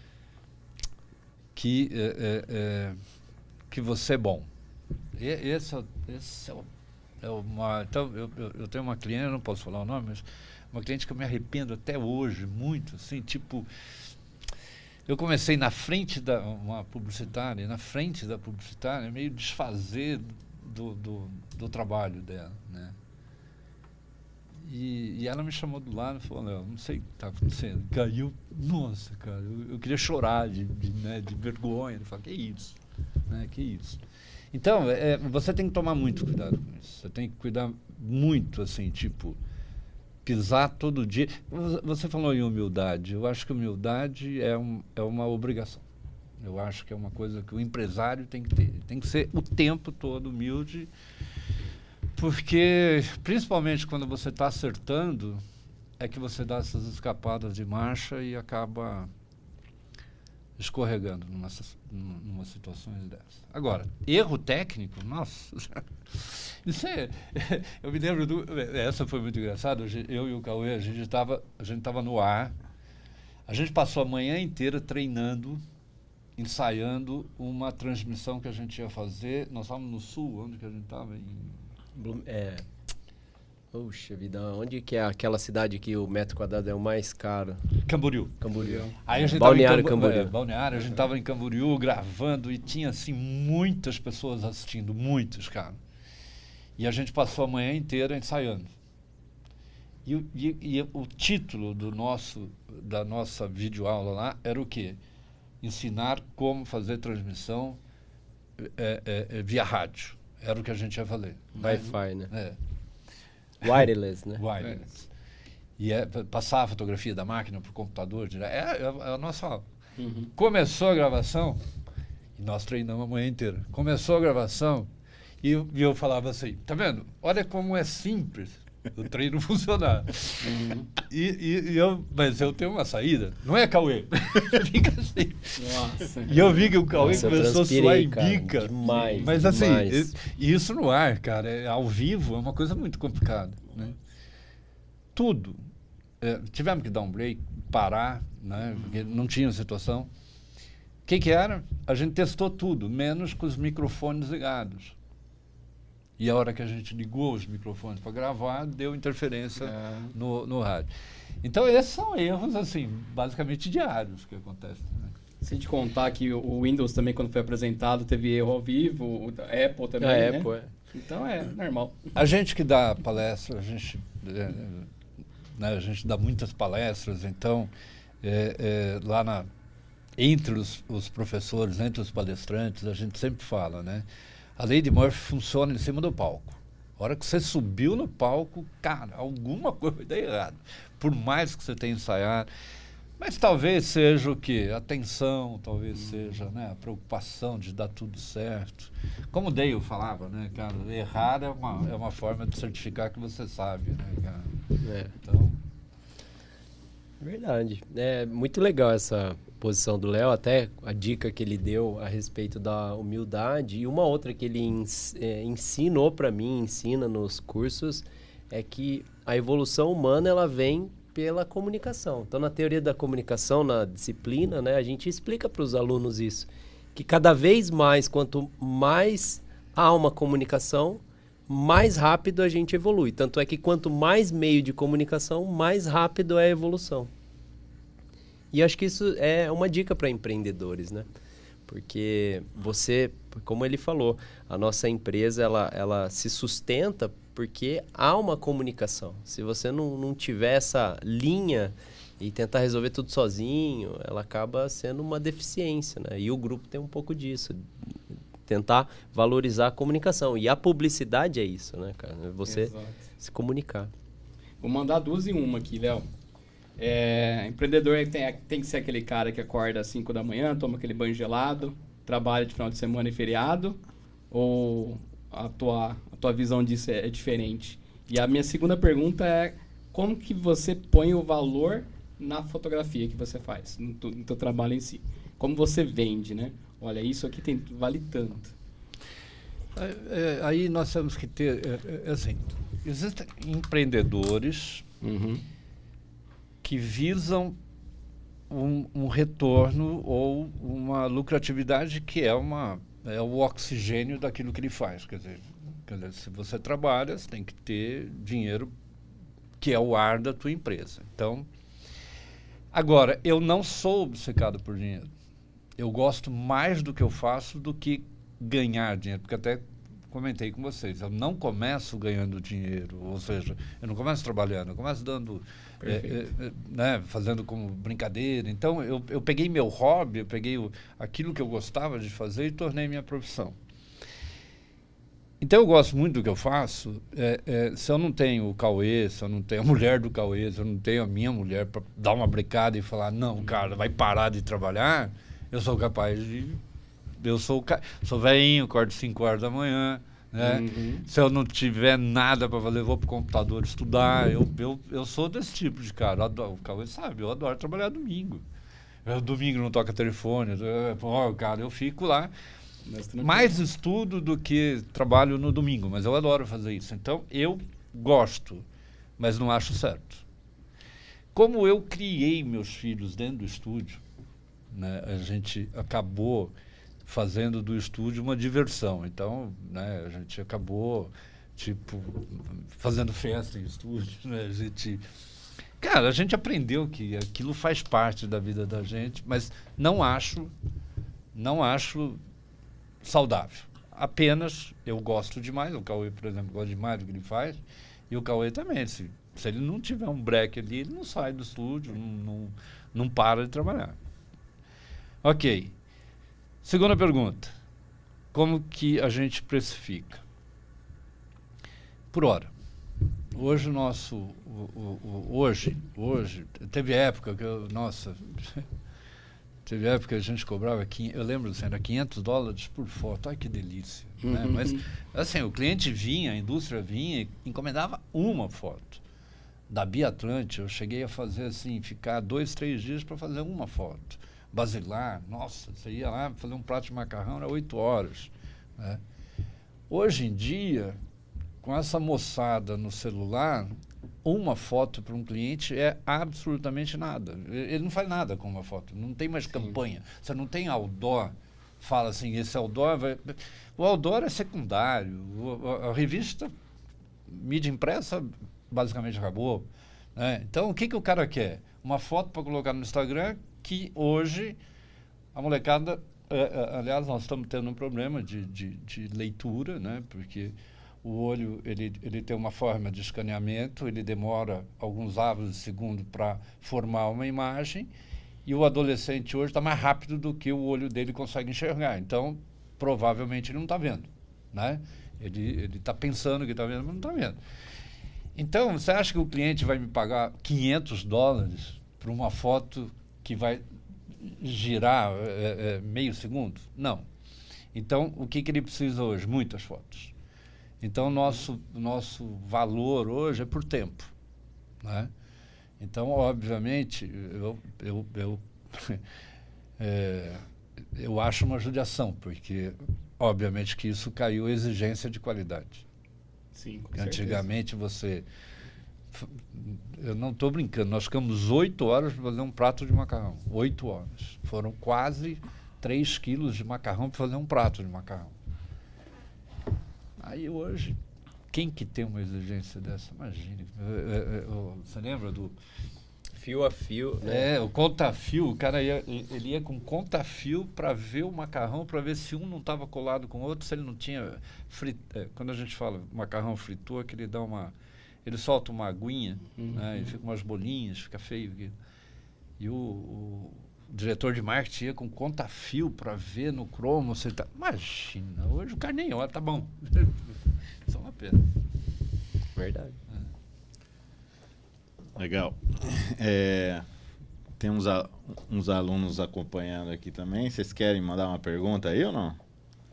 que, é, é, é, que você é bom. E, esse é, esse é, o, é uma... Então, eu, eu, eu tenho uma cliente, não posso falar o nome, mas uma cliente que eu me arrependo até hoje, muito, assim, tipo... Eu comecei na frente da uma publicitária, na frente da publicitária, meio desfazer do, do, do trabalho dela, né? E, e ela me chamou do lado e falou, Léo, não sei o que está acontecendo. Caiu, nossa, cara, eu, eu queria chorar de, de, né, de vergonha. Eu falei, que isso? Né, que isso? Então, é, você tem que tomar muito cuidado com isso. Você tem que cuidar muito, assim, tipo, pisar todo dia. Você falou em humildade. Eu acho que humildade é, um, é uma obrigação. Eu acho que é uma coisa que o empresário tem que ter. Tem que ser o tempo todo humilde. Porque, principalmente quando você está acertando, é que você dá essas escapadas de marcha e acaba escorregando numa, numa situações dessas. Agora, erro técnico, nossa, isso é... Eu me lembro, do, essa foi muito engraçada, eu e o Cauê, a gente estava a gente estava no ar, a gente passou a manhã inteira treinando, ensaiando uma transmissão que a gente ia fazer, nós estávamos no sul, onde que a gente estava? Em... É, Puxa vida, onde que é aquela cidade que o metro quadrado é o mais caro? Camboriú. Camboriú. Aí a gente Balneário tava em Cambu- Camboriú. É, Balneário, a gente estava em Camboriú gravando e tinha assim muitas pessoas assistindo, muitos, cara. E a gente passou a manhã inteira ensaiando. E, o- e- e o título do nosso, da nossa videoaula lá era o quê? Ensinar como fazer transmissão é, é, é, via rádio. Era o que a gente ia fazer. Wi-Fi, né? É. Wireless, né? Wireless. E é pa- passar a fotografia da máquina para o computador. dire- É, é, a- é a nossa aula. Uhum. Começou a gravação, e nós treinamos a manhã inteira. Começou a gravação, e eu, e eu falava assim, tá vendo? Olha como é simples o treino funcionar. Uhum. E, e- e eu, mas eu tenho uma saída. Não é, Cauê? Fica assim. Nossa. E eu vi que o Cauê Nossa, eu começou a transpirei, suar em cara, bica. demais, Mas assim, demais. e- isso no ar, cara, é, ao vivo é uma coisa muito complicada. Né? Tudo. É, tivemos que dar um break, parar, né? Porque não tinha situação. O que, que era? A gente testou tudo, menos com os microfones ligados. E a hora que a gente ligou os microfones para gravar, deu interferência É. no, no rádio. Então, esses são erros, assim, basicamente diários que acontecem. Né? Se te contar que o Windows também, quando foi apresentado, teve erro ao vivo, o Apple também, A né? Apple, é. Então é normal. A gente que dá palestra, a gente, é, né, a gente dá muitas palestras, então, é, é, lá na, entre os, os professores, entre os palestrantes, a gente sempre fala, né? A lei de Murphy funciona em cima do palco. A hora que você subiu no palco, cara, alguma coisa vai dar errado. Por mais que você tenha ensaiado. Mas talvez seja o quê? A tensão, talvez seja, né, a preocupação de dar tudo certo. Como o Dale falava, né, cara, errar é uma, é uma forma de certificar que você sabe, né, cara. É. Então, Verdade. É muito legal essa posição do Léo, até a dica que ele deu a respeito da humildade. E uma outra que ele ens, é, ensinou para mim, ensina nos cursos, é que a evolução humana ela vem pela comunicação. Então, na teoria da comunicação, na disciplina, né, a gente explica para os alunos isso, que cada vez mais, quanto mais há uma comunicação, mais rápido a gente evolui. Tanto é que quanto mais meio de comunicação, mais rápido é a evolução. E acho que isso é uma dica para empreendedores, né? Porque você, como ele falou, a nossa empresa ela, ela se sustenta porque há uma comunicação. Se você não, não tiver essa linha e tentar resolver tudo sozinho, ela acaba sendo uma deficiência, né? E o grupo tem um pouco disso. Tentar valorizar a comunicação. E a publicidade é isso, né, cara? É você Exato. se comunicar. Vou mandar duas em uma aqui, Léo. É, empreendedor tem, tem que ser aquele cara que acorda às cinco da manhã, toma aquele banho gelado, trabalha de final de semana e feriado, ou a tua, a tua visão disso é, é diferente? E a minha segunda pergunta é como que você põe o valor na fotografia que você faz, no, tu, no teu trabalho em si? Como você vende, né? Olha, isso aqui tem, vale tanto. é, é, aí nós temos que ter, é, é, assim, existem empreendedores Uhum. que visam um, um retorno ou uma lucratividade que é, uma, é o oxigênio daquilo que ele faz. Quer dizer, quer dizer, se você trabalha, você tem que ter dinheiro que é o ar da tua empresa. Então, agora, eu não sou obcecado por dinheiro. Eu gosto mais do que eu faço do que ganhar dinheiro. Porque até comentei com vocês, eu não começo ganhando dinheiro, ou seja, eu não começo trabalhando, eu começo dando, é, é, né, fazendo como brincadeira. Então, eu, eu peguei meu hobby, eu peguei o, aquilo que eu gostava de fazer e tornei minha profissão. Então, eu gosto muito do que eu faço. É, é, se eu não tenho o Cauê, se eu não tenho a mulher do Cauê, se eu não tenho a minha mulher para dar uma brincada e falar, não, cara, vai parar de trabalhar, eu sou capaz de... Eu sou, sou velhinho, acordo cinco horas da manhã, né? Uhum. Se eu não tiver nada para fazer, eu vou pro computador estudar. Eu, eu, eu sou desse tipo de cara. Eu adoro, o Cauê sabe, eu adoro trabalhar domingo. Eu, domingo não toca telefone. Eu, oh, cara, eu fico lá. Mais estudo do que trabalho no domingo, mas eu adoro fazer isso. Então, eu gosto, mas não acho certo. Como eu criei meus filhos dentro do estúdio, né, a gente acabou fazendo do estúdio uma diversão. Então, né, a gente acabou, tipo, fazendo festa em estúdio, né? A gente... Cara, a gente aprendeu que aquilo faz parte da vida da gente, mas não acho, não acho saudável. Apenas eu gosto demais, o Cauê, por exemplo, gosta demais do que ele faz, e o Cauê também. Se, se ele não tiver um break ali, ele não sai do estúdio, não, não, não para de trabalhar. Ok. Segunda pergunta. Como que a gente precifica? Por hora. Hoje o nosso... O, o, o, hoje, hoje... Teve época que eu... Nossa... Teve época que a gente cobrava... Eu lembro, assim, era quinhentos dólares por foto. Ai, que delícia. Uhum. Né? Mas, assim, o cliente vinha, a indústria vinha e encomendava uma foto. Da Biatlante, eu cheguei a fazer, assim, ficar dois, três dias para fazer uma foto. Basilar, nossa, você ia lá fazer um prato de macarrão, era oito horas. Né? Hoje em dia, com essa moçada no celular, uma foto para um cliente é absolutamente nada. Ele não faz nada com uma foto, não tem mais Sim. campanha. Você não tem outdoor, fala assim, esse outdoor vai... O outdoor é secundário, o, a, a revista, mídia impressa, basicamente acabou. Né? Então, o que, que o cara quer? Uma foto para colocar no Instagram, que hoje a molecada, é, é, aliás, nós estamos tendo um problema de, de, de leitura, né? Porque o olho ele, ele tem uma forma de escaneamento, ele demora alguns avos de segundo para formar uma imagem, e o adolescente hoje está mais rápido do que o olho dele consegue enxergar. Então, provavelmente ele não está vendo. Né? Ele está pensando que está vendo, mas não está vendo. Então, você acha que o cliente vai me pagar quinhentos dólares por uma foto que vai girar é, é, meio segundo? Não. Então, o que, que ele precisa hoje? Muitas fotos. Então, nosso, nosso valor hoje é por tempo. Né? Então, obviamente, eu, eu, eu, é, eu acho uma judiação, porque, obviamente, que isso caiu a exigência de qualidade. Sim, com Antigamente, certeza. você... Eu não estou brincando, nós ficamos oito horas para fazer um prato de macarrão. Oito horas. Foram quase três quilos de macarrão para fazer um prato de macarrão. Aí hoje, quem que tem uma exigência dessa? Imagine. Você lembra do... Fio a fio. Né? É, o conta-fio, o cara ia, ele ia com conta-fio para ver o macarrão, para ver se um não estava colado com o outro, se ele não tinha... Frit... É, quando a gente fala macarrão fritou, é que ele dá uma... Ele solta uma aguinha, uhum. né, e fica umas bolinhas, fica feio. E o, o diretor de marketing ia com conta-fio para ver no cromo. Você tá... Imagina, hoje o cara nem olha, tá bom. Só uma pena. Verdade. É. Legal. É, tem uns, a, uns alunos acompanhando aqui também. Vocês querem mandar uma pergunta aí ou não?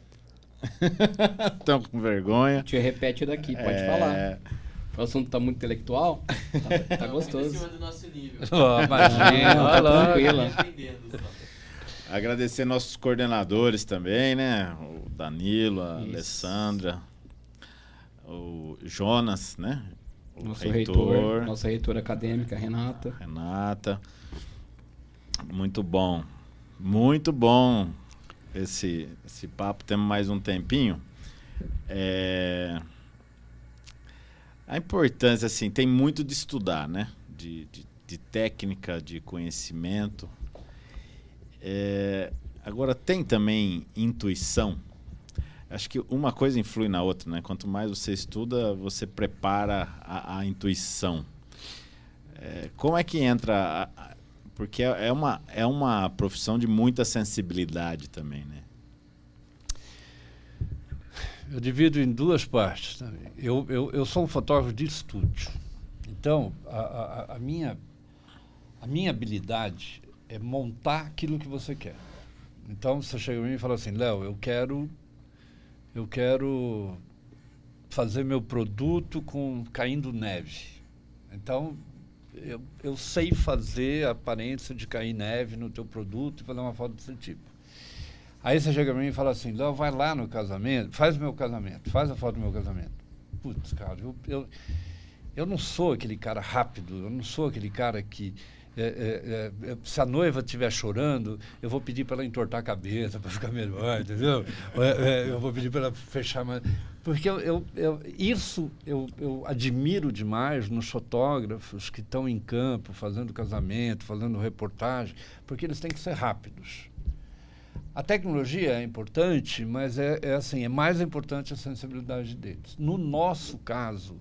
Estão com vergonha. Te repete daqui, pode é... falar. O assunto está muito intelectual, tá, tá gostoso. Acima do nosso nível. Oh, imagina, tá tranquilo. Agradecer nossos coordenadores também, né? O Danilo, a Isso. Alessandra, o Jonas, né? O nosso reitor, reitor, nossa reitora acadêmica, Renata. Renata. Muito bom. Muito bom esse, esse papo. Temos mais um tempinho. É... A importância, assim, tem muito de estudar, né? De, de, de técnica, de conhecimento. É, agora, tem também intuição. acho que uma coisa influi na outra, né? Quanto mais você estuda, você prepara a, a intuição. É, como é que entra... A, a, porque é, é, uma, é uma profissão de muita sensibilidade também, né? Eu divido em duas partes também. Eu, eu, eu sou um fotógrafo de estúdio. Então, a, a, a, minha, a minha habilidade é montar aquilo que você quer. Então, você chega a mim e fala assim, Léo, eu quero, eu quero fazer meu produto com caindo neve. Então, eu, eu sei fazer a aparência de cair neve no teu produto e fazer uma foto desse tipo. Aí você chega pra mim e fala assim, Léo, vai lá no casamento, faz o meu casamento, faz a foto do meu casamento. Putz, cara, eu, eu, eu não sou aquele cara rápido, eu não sou aquele cara que... É, é, é, se a noiva estiver chorando, eu vou pedir para ela entortar a cabeça para ficar melhor, entendeu? É, é, eu vou pedir para ela fechar mais... Porque eu, eu, eu, isso eu, eu admiro demais nos fotógrafos que estão em campo, fazendo casamento, fazendo reportagem, porque eles têm que ser rápidos. A tecnologia é importante, mas é, é assim, é mais importante a sensibilidade deles. No nosso caso,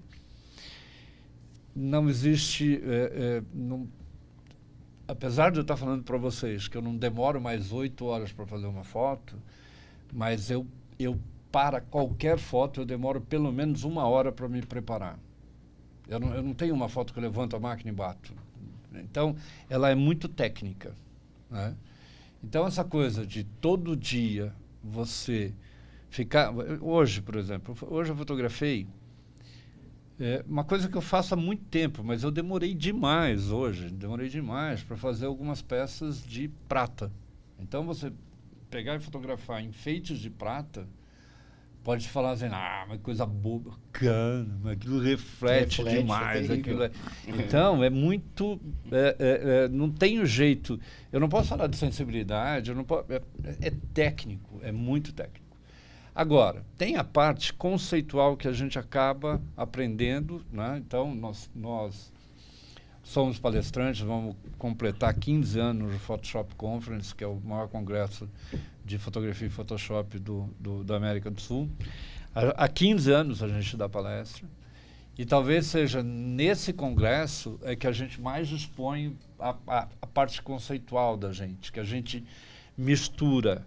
não existe... É, é, não, apesar de eu estar falando para vocês que eu não demoro mais oito horas para fazer uma foto, mas eu, eu, para qualquer foto, eu demoro pelo menos uma hora para me preparar. Eu não, eu não tenho uma foto que eu levanto a máquina e bato. Então, ela é muito técnica, né? Então, essa coisa de todo dia você ficar... Hoje, por exemplo, hoje eu fotografei é, uma coisa que eu faço há muito tempo, mas eu demorei demais hoje, demorei demais para fazer algumas peças de prata. Então, você pegar e fotografar enfeites de prata, pode falar assim, ah, mas coisa boba, cana, mas aquilo reflete, reflete demais. É aquilo é... Então, é muito... É, é, é, não tem o jeito... Eu não posso falar de sensibilidade, eu não posso, é, é técnico, é muito técnico. Agora, tem a parte conceitual que a gente acaba aprendendo, né? Então, nós, nós somos palestrantes, vamos completar quinze anos no Photoshop Conference, que é o maior congresso de fotografia e Photoshop do, do, da América do Sul. Há, há quinze anos a gente dá palestra, e talvez seja nesse congresso é que a gente mais expõe a, a, a parte conceitual da gente, que a gente mistura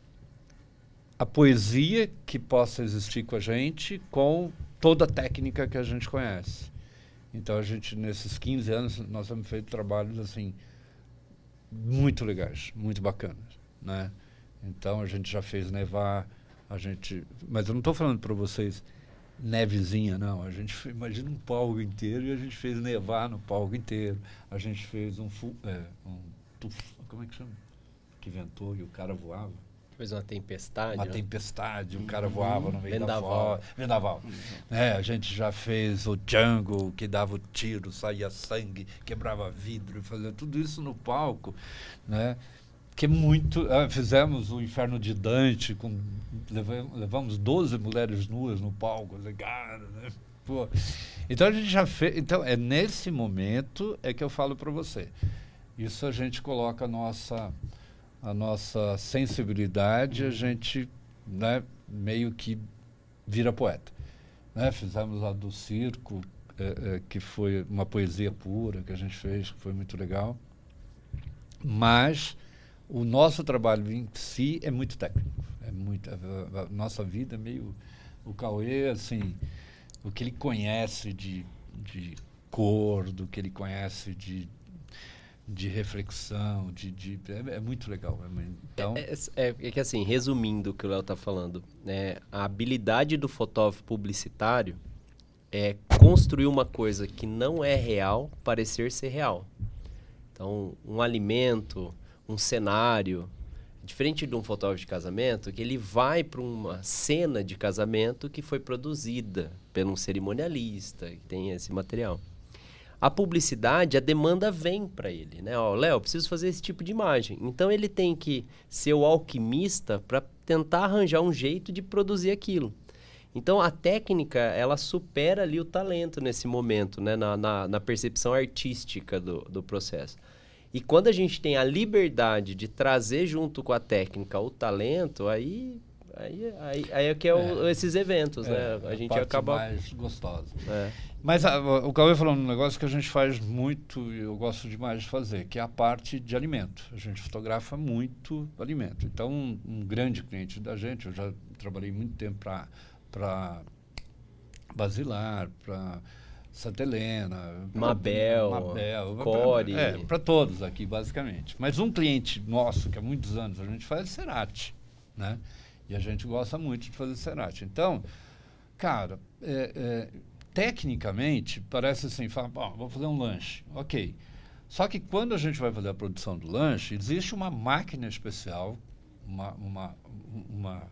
a poesia que possa existir com a gente com toda a técnica que a gente conhece. Então, a gente, nesses quinze anos, nós temos feito trabalhos, assim, muito legais, muito bacanas, né? Então, a gente já fez nevar, a gente... Mas eu não estou falando para vocês nevezinha, não. A gente fez, imagina um palco inteiro e a gente fez nevar no palco inteiro. A gente fez um... Fu, é, um tuf, como é que chama? Que ventou e o cara voava. Fez uma tempestade. Uma né? tempestade, o cara voava no meio Vendaval. da foto. Vendaval. Uhum. É, a gente já fez o Django, que dava o tiro, saía sangue, quebrava vidro, fazia tudo isso no palco, né? Que é muito... Ah, fizemos o Inferno de Dante, com, levamos, levamos doze mulheres nuas no palco, cara, né? Pô. Então a gente já fez... Então, é nesse momento é que eu falo para você. Isso a gente coloca a nossa... a nossa sensibilidade, a gente, né, meio que vira poeta. Né? Fizemos a do circo, é, é, que foi uma poesia pura, que a gente fez, que foi muito legal. Mas o nosso trabalho em si é muito técnico. É muito, a, a nossa vida é meio... O Cauê, assim, o que ele conhece de, de cor, do que ele conhece de... de reflexão, de, de é, é muito legal. É, então... É, é, é que assim, resumindo o que o Léo está falando, né, a habilidade do fotógrafo publicitário é construir uma coisa que não é real parecer ser real. Então, um alimento, um cenário, diferente de um fotógrafo de casamento, que ele vai para uma cena de casamento que foi produzida por um cerimonialista, que tem esse material. A publicidade, a demanda vem para ele, né? Ó, Léo, preciso fazer esse tipo de imagem. Então, ele tem que ser o alquimista para tentar arranjar um jeito de produzir aquilo. Então, a técnica, ela supera ali o talento nesse momento, né? Na, na, na percepção artística do, do processo. E quando a gente tem a liberdade de trazer junto com a técnica o talento, aí Aí, aí, aí é que é, o, É. esses eventos, É, né? A a gente parte acaba... mais gostosa. É. Mas a, o Cauê falou um negócio que a gente faz muito, e eu gosto demais de fazer, que é a parte de alimento. A gente fotografa muito alimento. Então, um, um grande cliente da gente, eu já trabalhei muito tempo para Basilar, para Santa Helena, pra- Mabel, Mabel, Core. É, para todos aqui, basicamente. Mas um cliente nosso, que há muitos anos a gente faz, é Cerati, né? E a gente gosta muito de fazer Cerati. Então, cara, é, é, tecnicamente, parece assim, fala, bom, vou fazer um lanche, ok. Só que quando a gente vai fazer a produção do lanche, existe uma máquina especial, uma, uma, uma,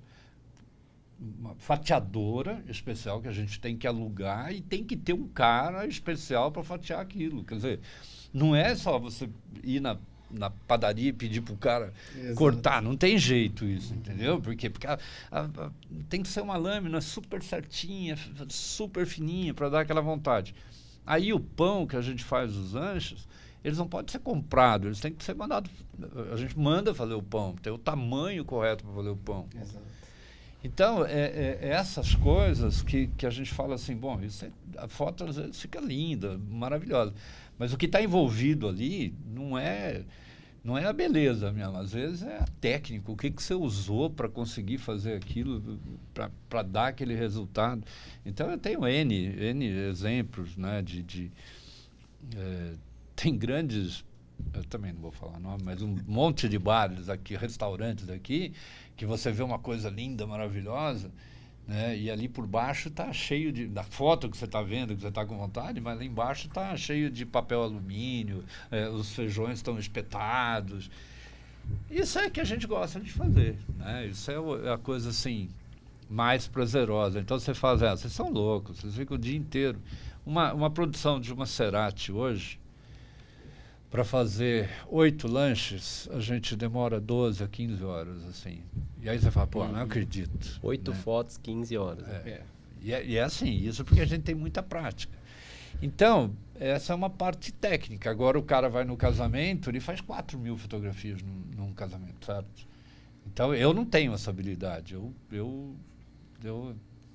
uma fatiadora especial que a gente tem que alugar e tem que ter um cara especial para fatiar aquilo. Quer dizer, não é só você ir na, na padaria e pedir para o cara Exato. cortar, não tem jeito isso, entendeu? Por quê? Porque a, a, a, tem que ser uma lâmina super certinha, super fininha para dar aquela vontade. Aí o pão que a gente faz os lanches, eles não podem ser comprados, eles têm que ser mandados. A gente manda fazer o pão, tem o tamanho correto para fazer o pão. Exato. Então, é, é, é essas coisas que, que a gente fala assim, bom, isso é, a foto às vezes fica linda, maravilhosa, mas o que está envolvido ali não é, não é a beleza mesmo, às vezes é a técnica, o que, que você usou para conseguir fazer aquilo, para dar aquele resultado. Então, eu tenho N, N exemplos, né, de... de é, tem grandes, eu também não vou falar nome, mas um monte de bares aqui, restaurantes aqui, que você vê uma coisa linda, maravilhosa, né? E ali por baixo está cheio de, da foto que você está vendo, que você está com vontade, mas lá embaixo está cheio de papel alumínio, é, os feijões estão espetados. Isso é que a gente gosta de fazer, né? Isso é, o, é a coisa assim mais prazerosa. Então você faz, ah, vocês são loucos, vocês ficam o dia inteiro. Uma, uma produção de uma Cerati hoje, para fazer oito lanches, a gente demora doze a quinze horas, assim. E aí você fala, pô, não acredito. Oito né? fotos, quinze horas. É. É. E, é, e é assim, isso porque a gente tem muita prática. Então, essa é uma parte técnica. Agora o cara vai no casamento, ele faz quatro mil fotografias num, num casamento, sabe? Então, eu não tenho essa habilidade. Eu, eu, eu,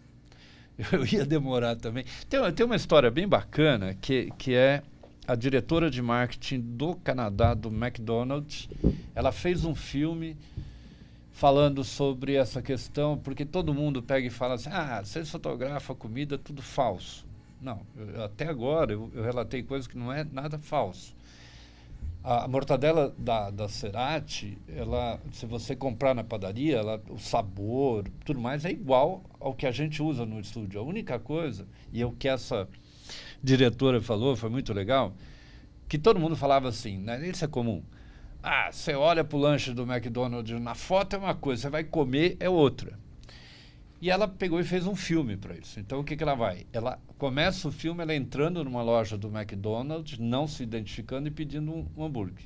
eu ia demorar também. Tem, tem uma história bem bacana, que, que é a diretora de marketing do Canadá, do McDonald's. Ela fez um filme falando sobre essa questão, porque todo mundo pega e fala assim, ah, vocês fotografam comida, tudo falso. Não, eu, até agora eu, eu relatei coisas que não é nada falso. A, a mortadela da, da Cerati, ela, se você comprar na padaria, ela, o sabor, tudo mais, é igual ao que a gente usa no estúdio. A única coisa, e o que essa diretora falou, foi muito legal, que todo mundo falava assim, né? Isso é comum. Ah, você olha para o lanche do McDonald's, na foto é uma coisa, você vai comer é outra. E ela pegou e fez um filme para isso. Então, o que, que ela vai? Ela começa o filme, ela entrando numa loja do McDonald's, não se identificando e pedindo um, um hambúrguer.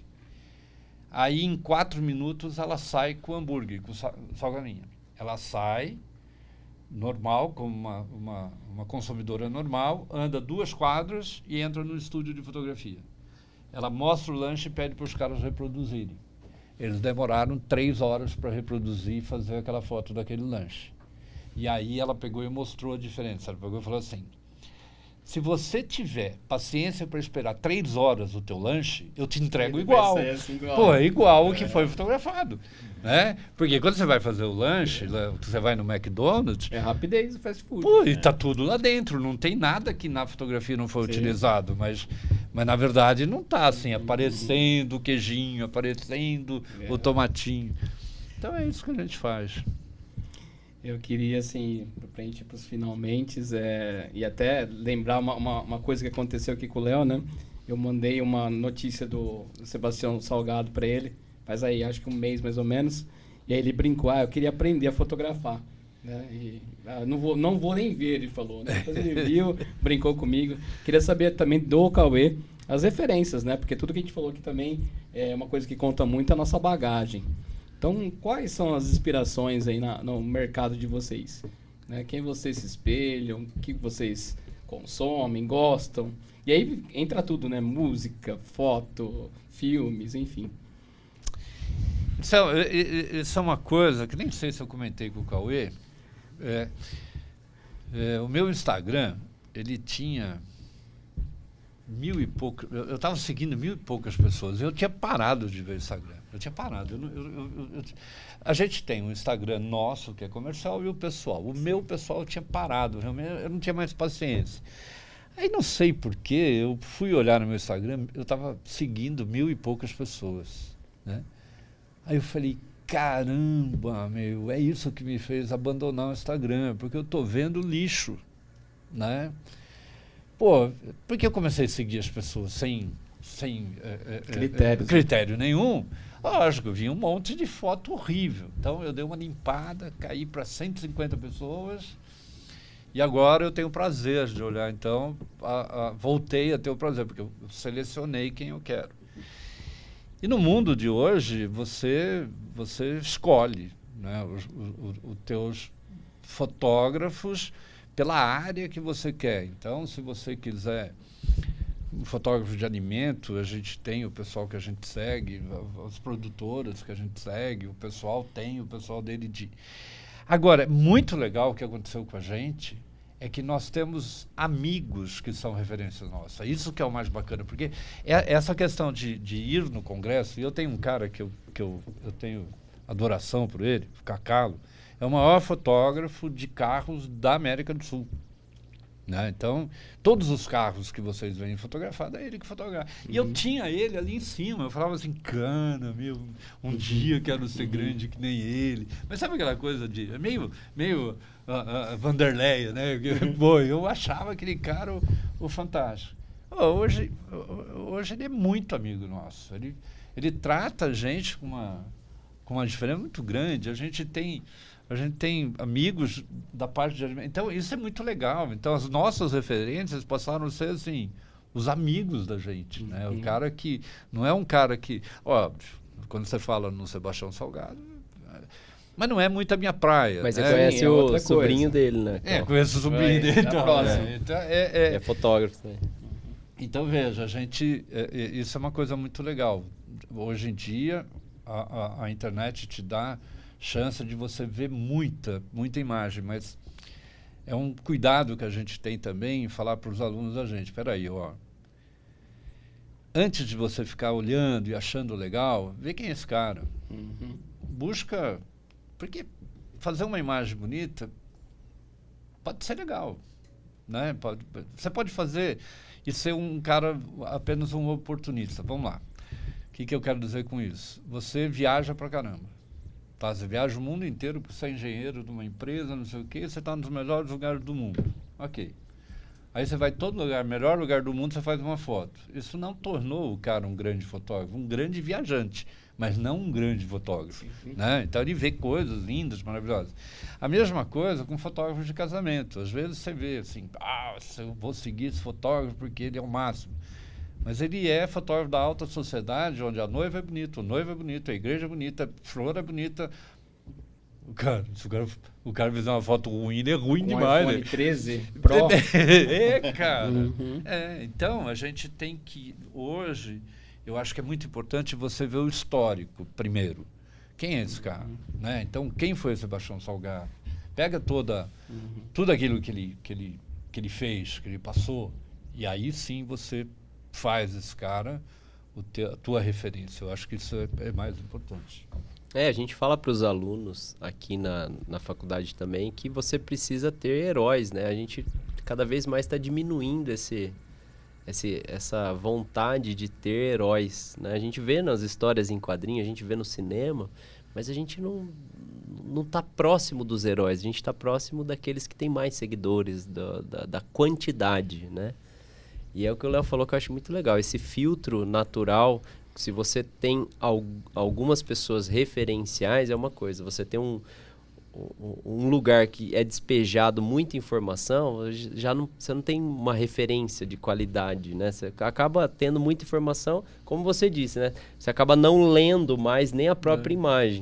Aí, em quatro minutos, ela sai com o hambúrguer, com sal, salgadinha. Ela sai normal, como uma, uma, uma consumidora normal, anda duas quadras e entra no estúdio de fotografia. Ela mostra o lanche e pede para os caras reproduzirem. Eles demoraram três horas para reproduzir e fazer aquela foto daquele lanche. E aí ela pegou e mostrou a diferença. Ela pegou e falou assim, se você tiver paciência para esperar três horas o teu lanche, eu te entrego igual. Assim, igual. Pô, é igual o que foi fotografado. Né? Porque quando você vai fazer o lanche, lá, você vai no McDonald's, É rapidez o fast food. pô, e tá tudo lá dentro, não tem nada que na fotografia não foi Sim. utilizado, mas, mas na verdade não tá assim, aparecendo o queijinho, aparecendo É. o tomatinho. Então é isso que a gente faz. Eu queria, assim, pra gente ir pros finalmente, é, e até lembrar uma, uma, uma coisa que aconteceu aqui com o Léo, né? Eu mandei uma notícia do Sebastião Salgado para ele, faz aí, acho que um mês mais ou menos, e aí ele brincou, ah, eu queria aprender a fotografar, né? E, ah, não, vou, não vou nem ver, ele falou, né? Depois ele viu, brincou comigo. Queria saber também do Cauê as referências, né? Porque tudo que a gente falou aqui também é uma coisa que conta muito a nossa bagagem. Então, quais são as inspirações aí na, no mercado de vocês? Né? Quem vocês se espelham, o que vocês consomem, gostam? E aí entra tudo, né? Música, foto, filmes, enfim. Isso é, isso é uma coisa que nem sei se eu comentei com o Cauê. É, é, o meu Instagram, ele tinha mil e poucas... Eu estava seguindo mil e poucas pessoas. Eu tinha parado de ver o Instagram. Eu tinha parado. Eu, eu, eu, eu, a gente tem um Instagram nosso, que é comercial, e o pessoal. O meu pessoal tinha parado. Realmente, eu não tinha mais paciência. Aí não sei porquê, eu fui olhar no meu Instagram, eu estava seguindo mil e poucas pessoas, né? Aí eu falei, caramba, meu, é isso que me fez abandonar o Instagram, porque eu tô vendo lixo, né? Pô, por que eu comecei a seguir as pessoas sem, sem é, é, Critérios. É, critério nenhum? Lógico, vinha um monte de foto horrível. Então eu dei uma limpada, caí para cento e cinquenta pessoas. E agora eu tenho o prazer de olhar, então a, a, voltei a ter o prazer, porque eu, eu selecionei quem eu quero. E no mundo de hoje, você, você escolhe, né, os, os, os teus fotógrafos pela área que você quer. Então, se você quiser um fotógrafo de alimento, a gente tem o pessoal que a gente segue, as produtoras que a gente segue, o pessoal tem o pessoal dele de... Agora, muito legal o que aconteceu com a gente é que nós temos amigos que são referências nossas. Isso que é o mais bacana, porque é essa questão de, de ir no congresso, e eu tenho um cara que eu, que eu, eu tenho adoração por ele, o Cacalo, é o maior fotógrafo de carros da América do Sul. Né? Então, todos os carros que vocês veem fotografados, é ele que fotografa. Uhum. E eu tinha ele ali em cima, eu falava assim, cana, meu, um uhum. dia quero ser grande que nem ele. Mas sabe aquela coisa de, meio, meio uh, uh, Vanderleia, né? Pô, eu achava aquele cara o, o fantástico. Oh, hoje, hoje ele é muito amigo nosso, ele, ele trata a gente com uma, com uma diferença muito grande, a gente tem... A gente tem amigos da parte de alimento. Então, isso é muito legal. Então, as nossas referências passaram a ser, assim, os amigos da gente, uhum. né? O cara que... Não é um cara que... Ó, quando você fala no Sebastião Salgado... Mas não é muito a minha praia. Mas né? você conhece é o sobrinho dele, né? É, conheço o sobrinho é, dele. Então, próximo. É, então é, é, é fotógrafo também. Então, veja, a gente... É, é, isso é uma coisa muito legal. Hoje em dia, a, a, a internet te dá... chance de você ver muita, muita imagem, mas é um cuidado que a gente tem também em falar para os alunos da gente, espera aí, ó, antes de você ficar olhando e achando legal, vê quem é esse cara. Uhum. Busca, porque fazer uma imagem bonita pode ser legal, né? Pode, você pode fazer e ser um cara apenas um oportunista. Vamos lá. O que, que eu quero dizer com isso? Você viaja pra caramba. Tá, você viaja o mundo inteiro porque você é engenheiro de uma empresa, não sei o quê, você está nos melhores lugares do mundo. Ok. Aí você vai em todo lugar, melhor lugar do mundo, você faz uma foto. Isso não tornou o cara um grande fotógrafo, um grande viajante, mas não um grande fotógrafo. Sim, sim. Né? Então ele vê coisas lindas, maravilhosas. A mesma coisa com fotógrafos de casamento. Às vezes você vê assim, ah, eu vou seguir esse fotógrafo porque ele é o máximo. Mas ele é fotógrafo da alta sociedade, onde a noiva é bonita, o noivo é bonito, a igreja é bonita, a flor é bonita. O cara, se o cara, o cara fizer uma foto ruim, ele é ruim com demais. iPhone né? treze Pro. É, cara. Uhum. É, então, a gente tem que, hoje, eu acho que é muito importante você ver o histórico primeiro. Quem é esse cara? Uhum. Né? Então, quem foi o Sebastião Salgado? Pega toda, uhum. tudo aquilo que ele, que, ele, que ele fez, que ele passou, e aí sim você... faz esse cara o te, a tua referência. Eu acho que isso é, é mais importante. É, a gente fala para os alunos aqui na, na faculdade também que você precisa ter heróis, né? A gente cada vez mais está diminuindo esse, esse, essa vontade de ter heróis, né? A gente vê nas histórias em quadrinhos, a gente vê no cinema, mas a gente não não está próximo dos heróis, a gente está próximo daqueles que têm mais seguidores, da, da, da quantidade, né? E é o que o Léo falou que eu acho muito legal. Esse filtro natural, se você tem al algumas pessoas referenciais, é uma coisa. Você tem um, um, um lugar que é despejado muita informação, já não, você não tem uma referência de qualidade, né? Você acaba tendo muita informação, como você disse, né? Você acaba não lendo mais nem a própria é. imagem.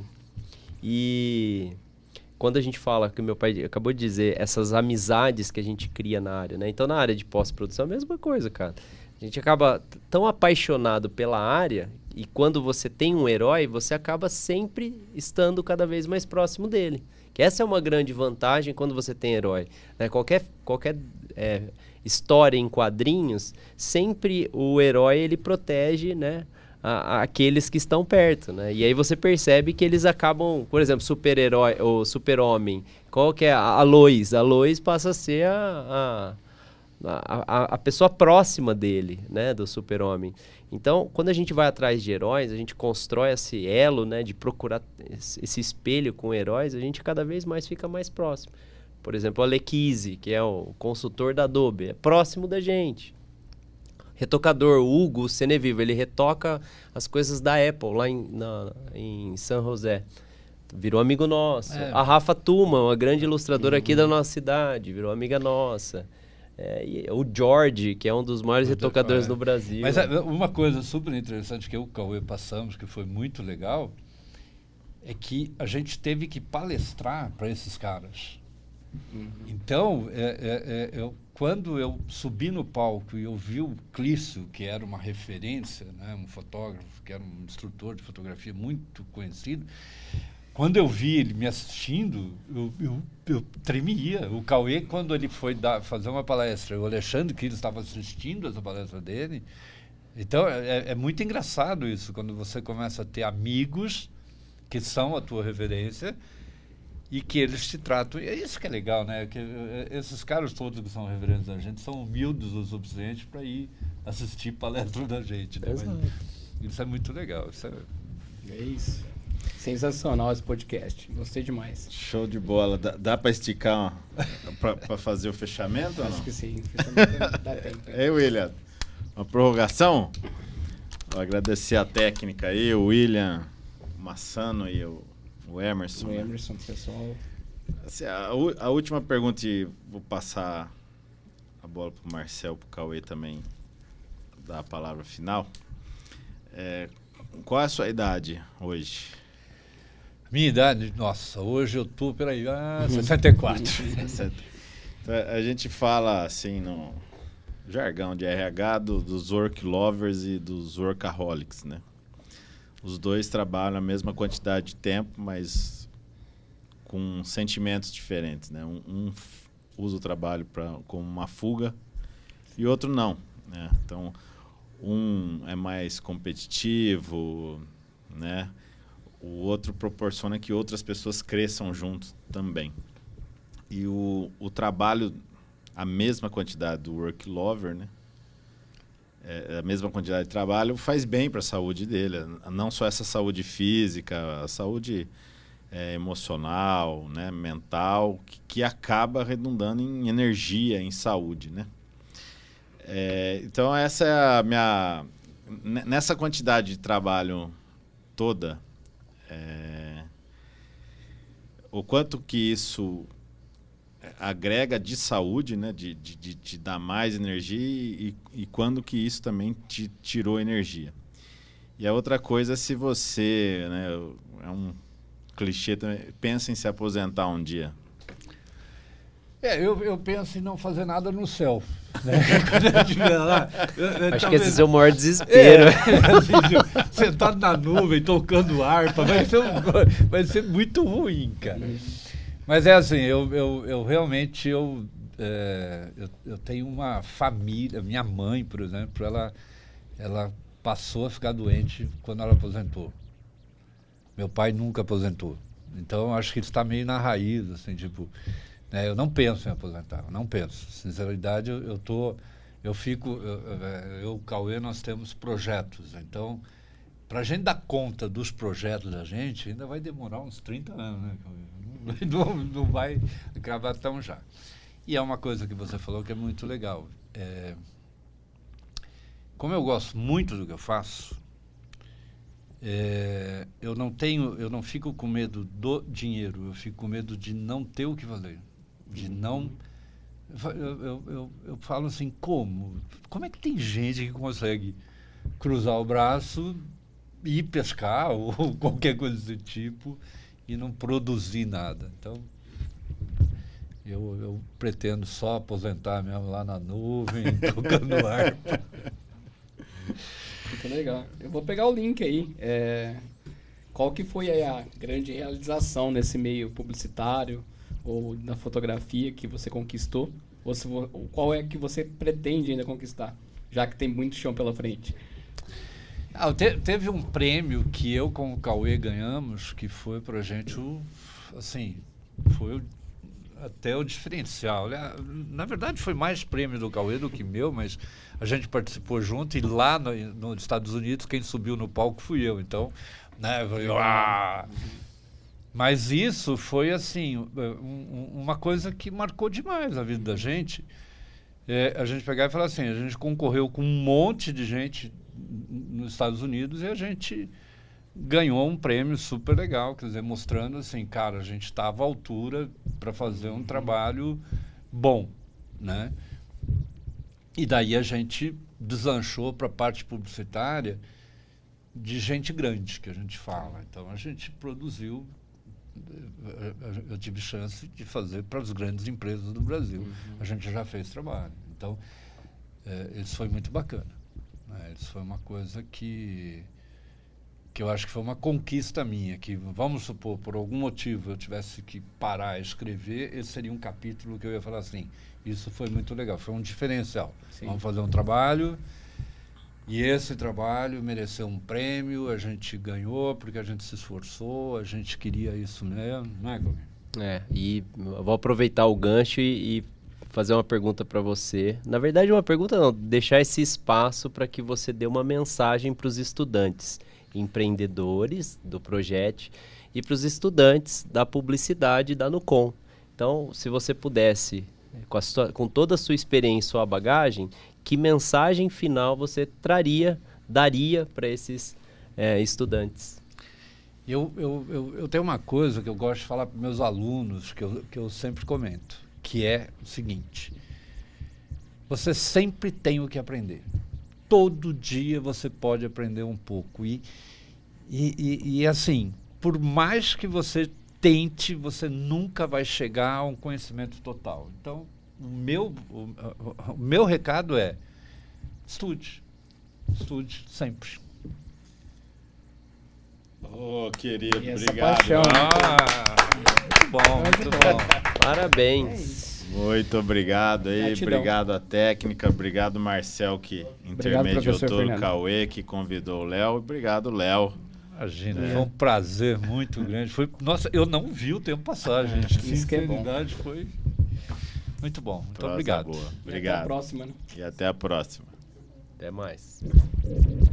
E... quando a gente fala, que o meu pai acabou de dizer, essas amizades que a gente cria na área, né? Então, na área de pós-produção, é a mesma coisa, cara. A gente acaba tão apaixonado pela área e quando você tem um herói, você acaba sempre estando cada vez mais próximo dele. Que essa é uma grande vantagem quando você tem herói. Né? Qualquer, qualquer é, história em quadrinhos, sempre o herói ele protege, né, a, a aqueles que estão perto. Né? E aí você percebe que eles acabam, por exemplo, super-herói ou super-homem. Qual que é? A Lois. A Lois passa a ser a... a A, a, a pessoa próxima dele, né, do super-homem. Então, quando a gente vai atrás de heróis, a gente constrói esse elo, né, de procurar esse, esse espelho com heróis, a gente cada vez mais fica mais próximo. Por exemplo, o Alequise, que é o consultor da Adobe, é próximo da gente. Retocador, o Hugo, o Cenevivo, ele retoca as coisas da Apple lá em, na, em São José. Virou amigo nosso. É. A Rafa Tuma, uma grande ilustradora uhum. aqui da nossa cidade, virou amiga nossa. É, e o George, que é um dos maiores retocadores é. do Brasil. Mas é, uma coisa super interessante que eu e o Cauê passamos, que foi muito legal, é que a gente teve que palestrar para esses caras. Uhum. Então, é, é, é, eu, quando eu subi no palco e eu vi o Clício, que era uma referência, né, um fotógrafo, que era um instrutor de fotografia muito conhecido, quando eu vi ele me assistindo, eu, eu, eu tremia. O Cauê, quando ele foi dar, fazer uma palestra, o Alexandre, que ele estava assistindo essa palestra dele. Então, é, é muito engraçado isso, quando você começa a ter amigos que são a tua referência e que eles te tratam. E é isso que é legal, né? Que, esses caras todos que são referências da gente são humildes o suficiente para ir assistir palestra da gente. Né? Mas isso é muito legal. Isso é... é isso. Sensacional esse podcast. Gostei demais. Show de bola. Dá, dá para esticar para fazer o fechamento? Acho ou não? que sim. Fechamento dá tempo. Ei, William. Uma prorrogação? Vou agradecer a técnica aí, o William, o Massano e o, o Emerson. O né? Emerson, pessoal. Assim, a, a última pergunta, e vou passar a bola para o Marcel, para o Cauê também dar a palavra final. É, qual é a sua idade hoje? Minha idade? Nossa, hoje eu tô, peraí, ah, sessenta e quatro. Então, a gente fala assim no jargão de R H do, dos work lovers e dos workaholics, né? Os dois trabalham a mesma quantidade de tempo, mas com sentimentos diferentes, né? Um, um usa o trabalho pra, como uma fuga e outro não, né? Então, um é mais competitivo, né? O outro proporciona que outras pessoas cresçam juntos também. E o, o trabalho, a mesma quantidade do work lover, né? É, a mesma quantidade de trabalho faz bem para a saúde dele. Não só essa saúde física, a saúde é, emocional, né? Mental, que, que acaba redundando em energia, em saúde, né? É, então, essa é a minha... Nessa quantidade de trabalho toda, é, o quanto que isso agrega de saúde, né, de, de, de te dar mais energia e, e quando que isso também te tirou energia. E a outra coisa é se você, né, é um clichê também, pensa em se aposentar um dia. É, eu, eu penso em não fazer nada no céu. Né? Quando eu estiver lá, eu, eu, Acho talvez... que esse é o maior desespero. É, assim, sentado na nuvem, tocando harpa, vai ser, um, vai ser muito ruim, cara. Mas é assim, eu, eu, eu realmente eu, é, eu, eu tenho uma família, minha mãe, por exemplo, ela, ela passou a ficar doente quando ela aposentou. Meu pai nunca aposentou. Então, acho que ele está meio na raiz, assim, tipo... Né, eu não penso em aposentar, eu não penso. Sinceridade, eu, eu tô, eu fico, eu, eu, o Cauê, nós temos projetos. Então, para a gente dar conta dos projetos da gente, ainda vai demorar uns trinta anos, né, Cauê? Não, não vai acabar tão já. E é uma coisa que você falou que é muito legal. É, como eu gosto muito do que eu faço, é, eu não tenho, eu não fico com medo do dinheiro, eu fico com medo de não ter o que fazer. De não... Eu, eu, eu, eu falo assim, como? Como é que tem gente que consegue cruzar o braço e ir pescar ou qualquer coisa desse tipo e não produzir nada? Então, eu, eu pretendo só aposentar mesmo lá na nuvem, tocando harpa. Muito legal. Eu vou pegar o link aí. É, qual que foi aí a grande realização nesse meio publicitário ou na fotografia que você conquistou? Ou se vo- ou qual é que você pretende ainda conquistar, já que tem muito chão pela frente? Ah, te- teve um prêmio que eu com o Cauê ganhamos, que foi pra gente o, assim, foi o- até o diferencial. Olha, na verdade foi mais prêmio do Cauê do que meu, mas a gente participou junto e lá no- nos Estados Unidos quem subiu no palco fui eu. Então, né, eu, ah! Mas isso foi assim, um- um- uma coisa que marcou demais a vida da gente. É, a gente pegar e falar assim, a gente concorreu com um monte de gente n- nos Estados Unidos e a gente ganhou um prêmio super legal, quer dizer, mostrando assim, cara, a gente estava à altura para fazer um trabalho bom, né? E daí a gente deslanchou para a parte publicitária de gente grande, que a gente fala. Então a gente produziu, eh, eh, eu tive chance de fazer para as grandes empresas do Brasil. A gente já fez trabalho. Então, eh, isso foi muito bacana, né? Isso foi uma coisa que que eu acho que foi uma conquista minha, que vamos supor, por algum motivo eu tivesse que parar a escrever, esse seria um capítulo que eu ia falar assim, isso foi muito legal, foi um diferencial. Sim. Vamos fazer um trabalho e esse trabalho mereceu um prêmio, a gente ganhou porque a gente se esforçou, a gente queria isso mesmo, não é, Gomes? É, e eu vou aproveitar o gancho e, e fazer uma pergunta para você. Na verdade, uma pergunta não, deixar esse espaço para que você dê uma mensagem para os estudantes, empreendedores do projeto e para os estudantes da publicidade da Nucom. Então, se você pudesse, com, a sua, com toda a sua experiência e sua bagagem, que mensagem final você traria, daria para esses é, estudantes? Eu, eu, eu, eu tenho uma coisa que eu gosto de falar para meus alunos, que eu, que eu sempre comento, que é o seguinte: você sempre tem o que aprender. Todo dia você pode aprender um pouco. E, e, e, e assim, por mais que você tente, você nunca vai chegar a um conhecimento total. Então, o meu, o, o, o meu recado é: estude. Estude sempre. Ô, querido, E essa obrigado. paixão, né? Ah, muito bom, muito bom. Parabéns! Muito obrigado aí, Gratidão. obrigado à técnica, obrigado Marcel que intermediou professor todo o Fernando. Cauê, que convidou o Léo, obrigado Léo. Imagina, É. foi um prazer muito grande. Foi, nossa, eu não vi o tempo passar, gente. Isso que é bom. Sinceridade, foi muito bom. Muito Prosa obrigado. boa. Até a Obrigado. próxima, né? E até a próxima. Até mais.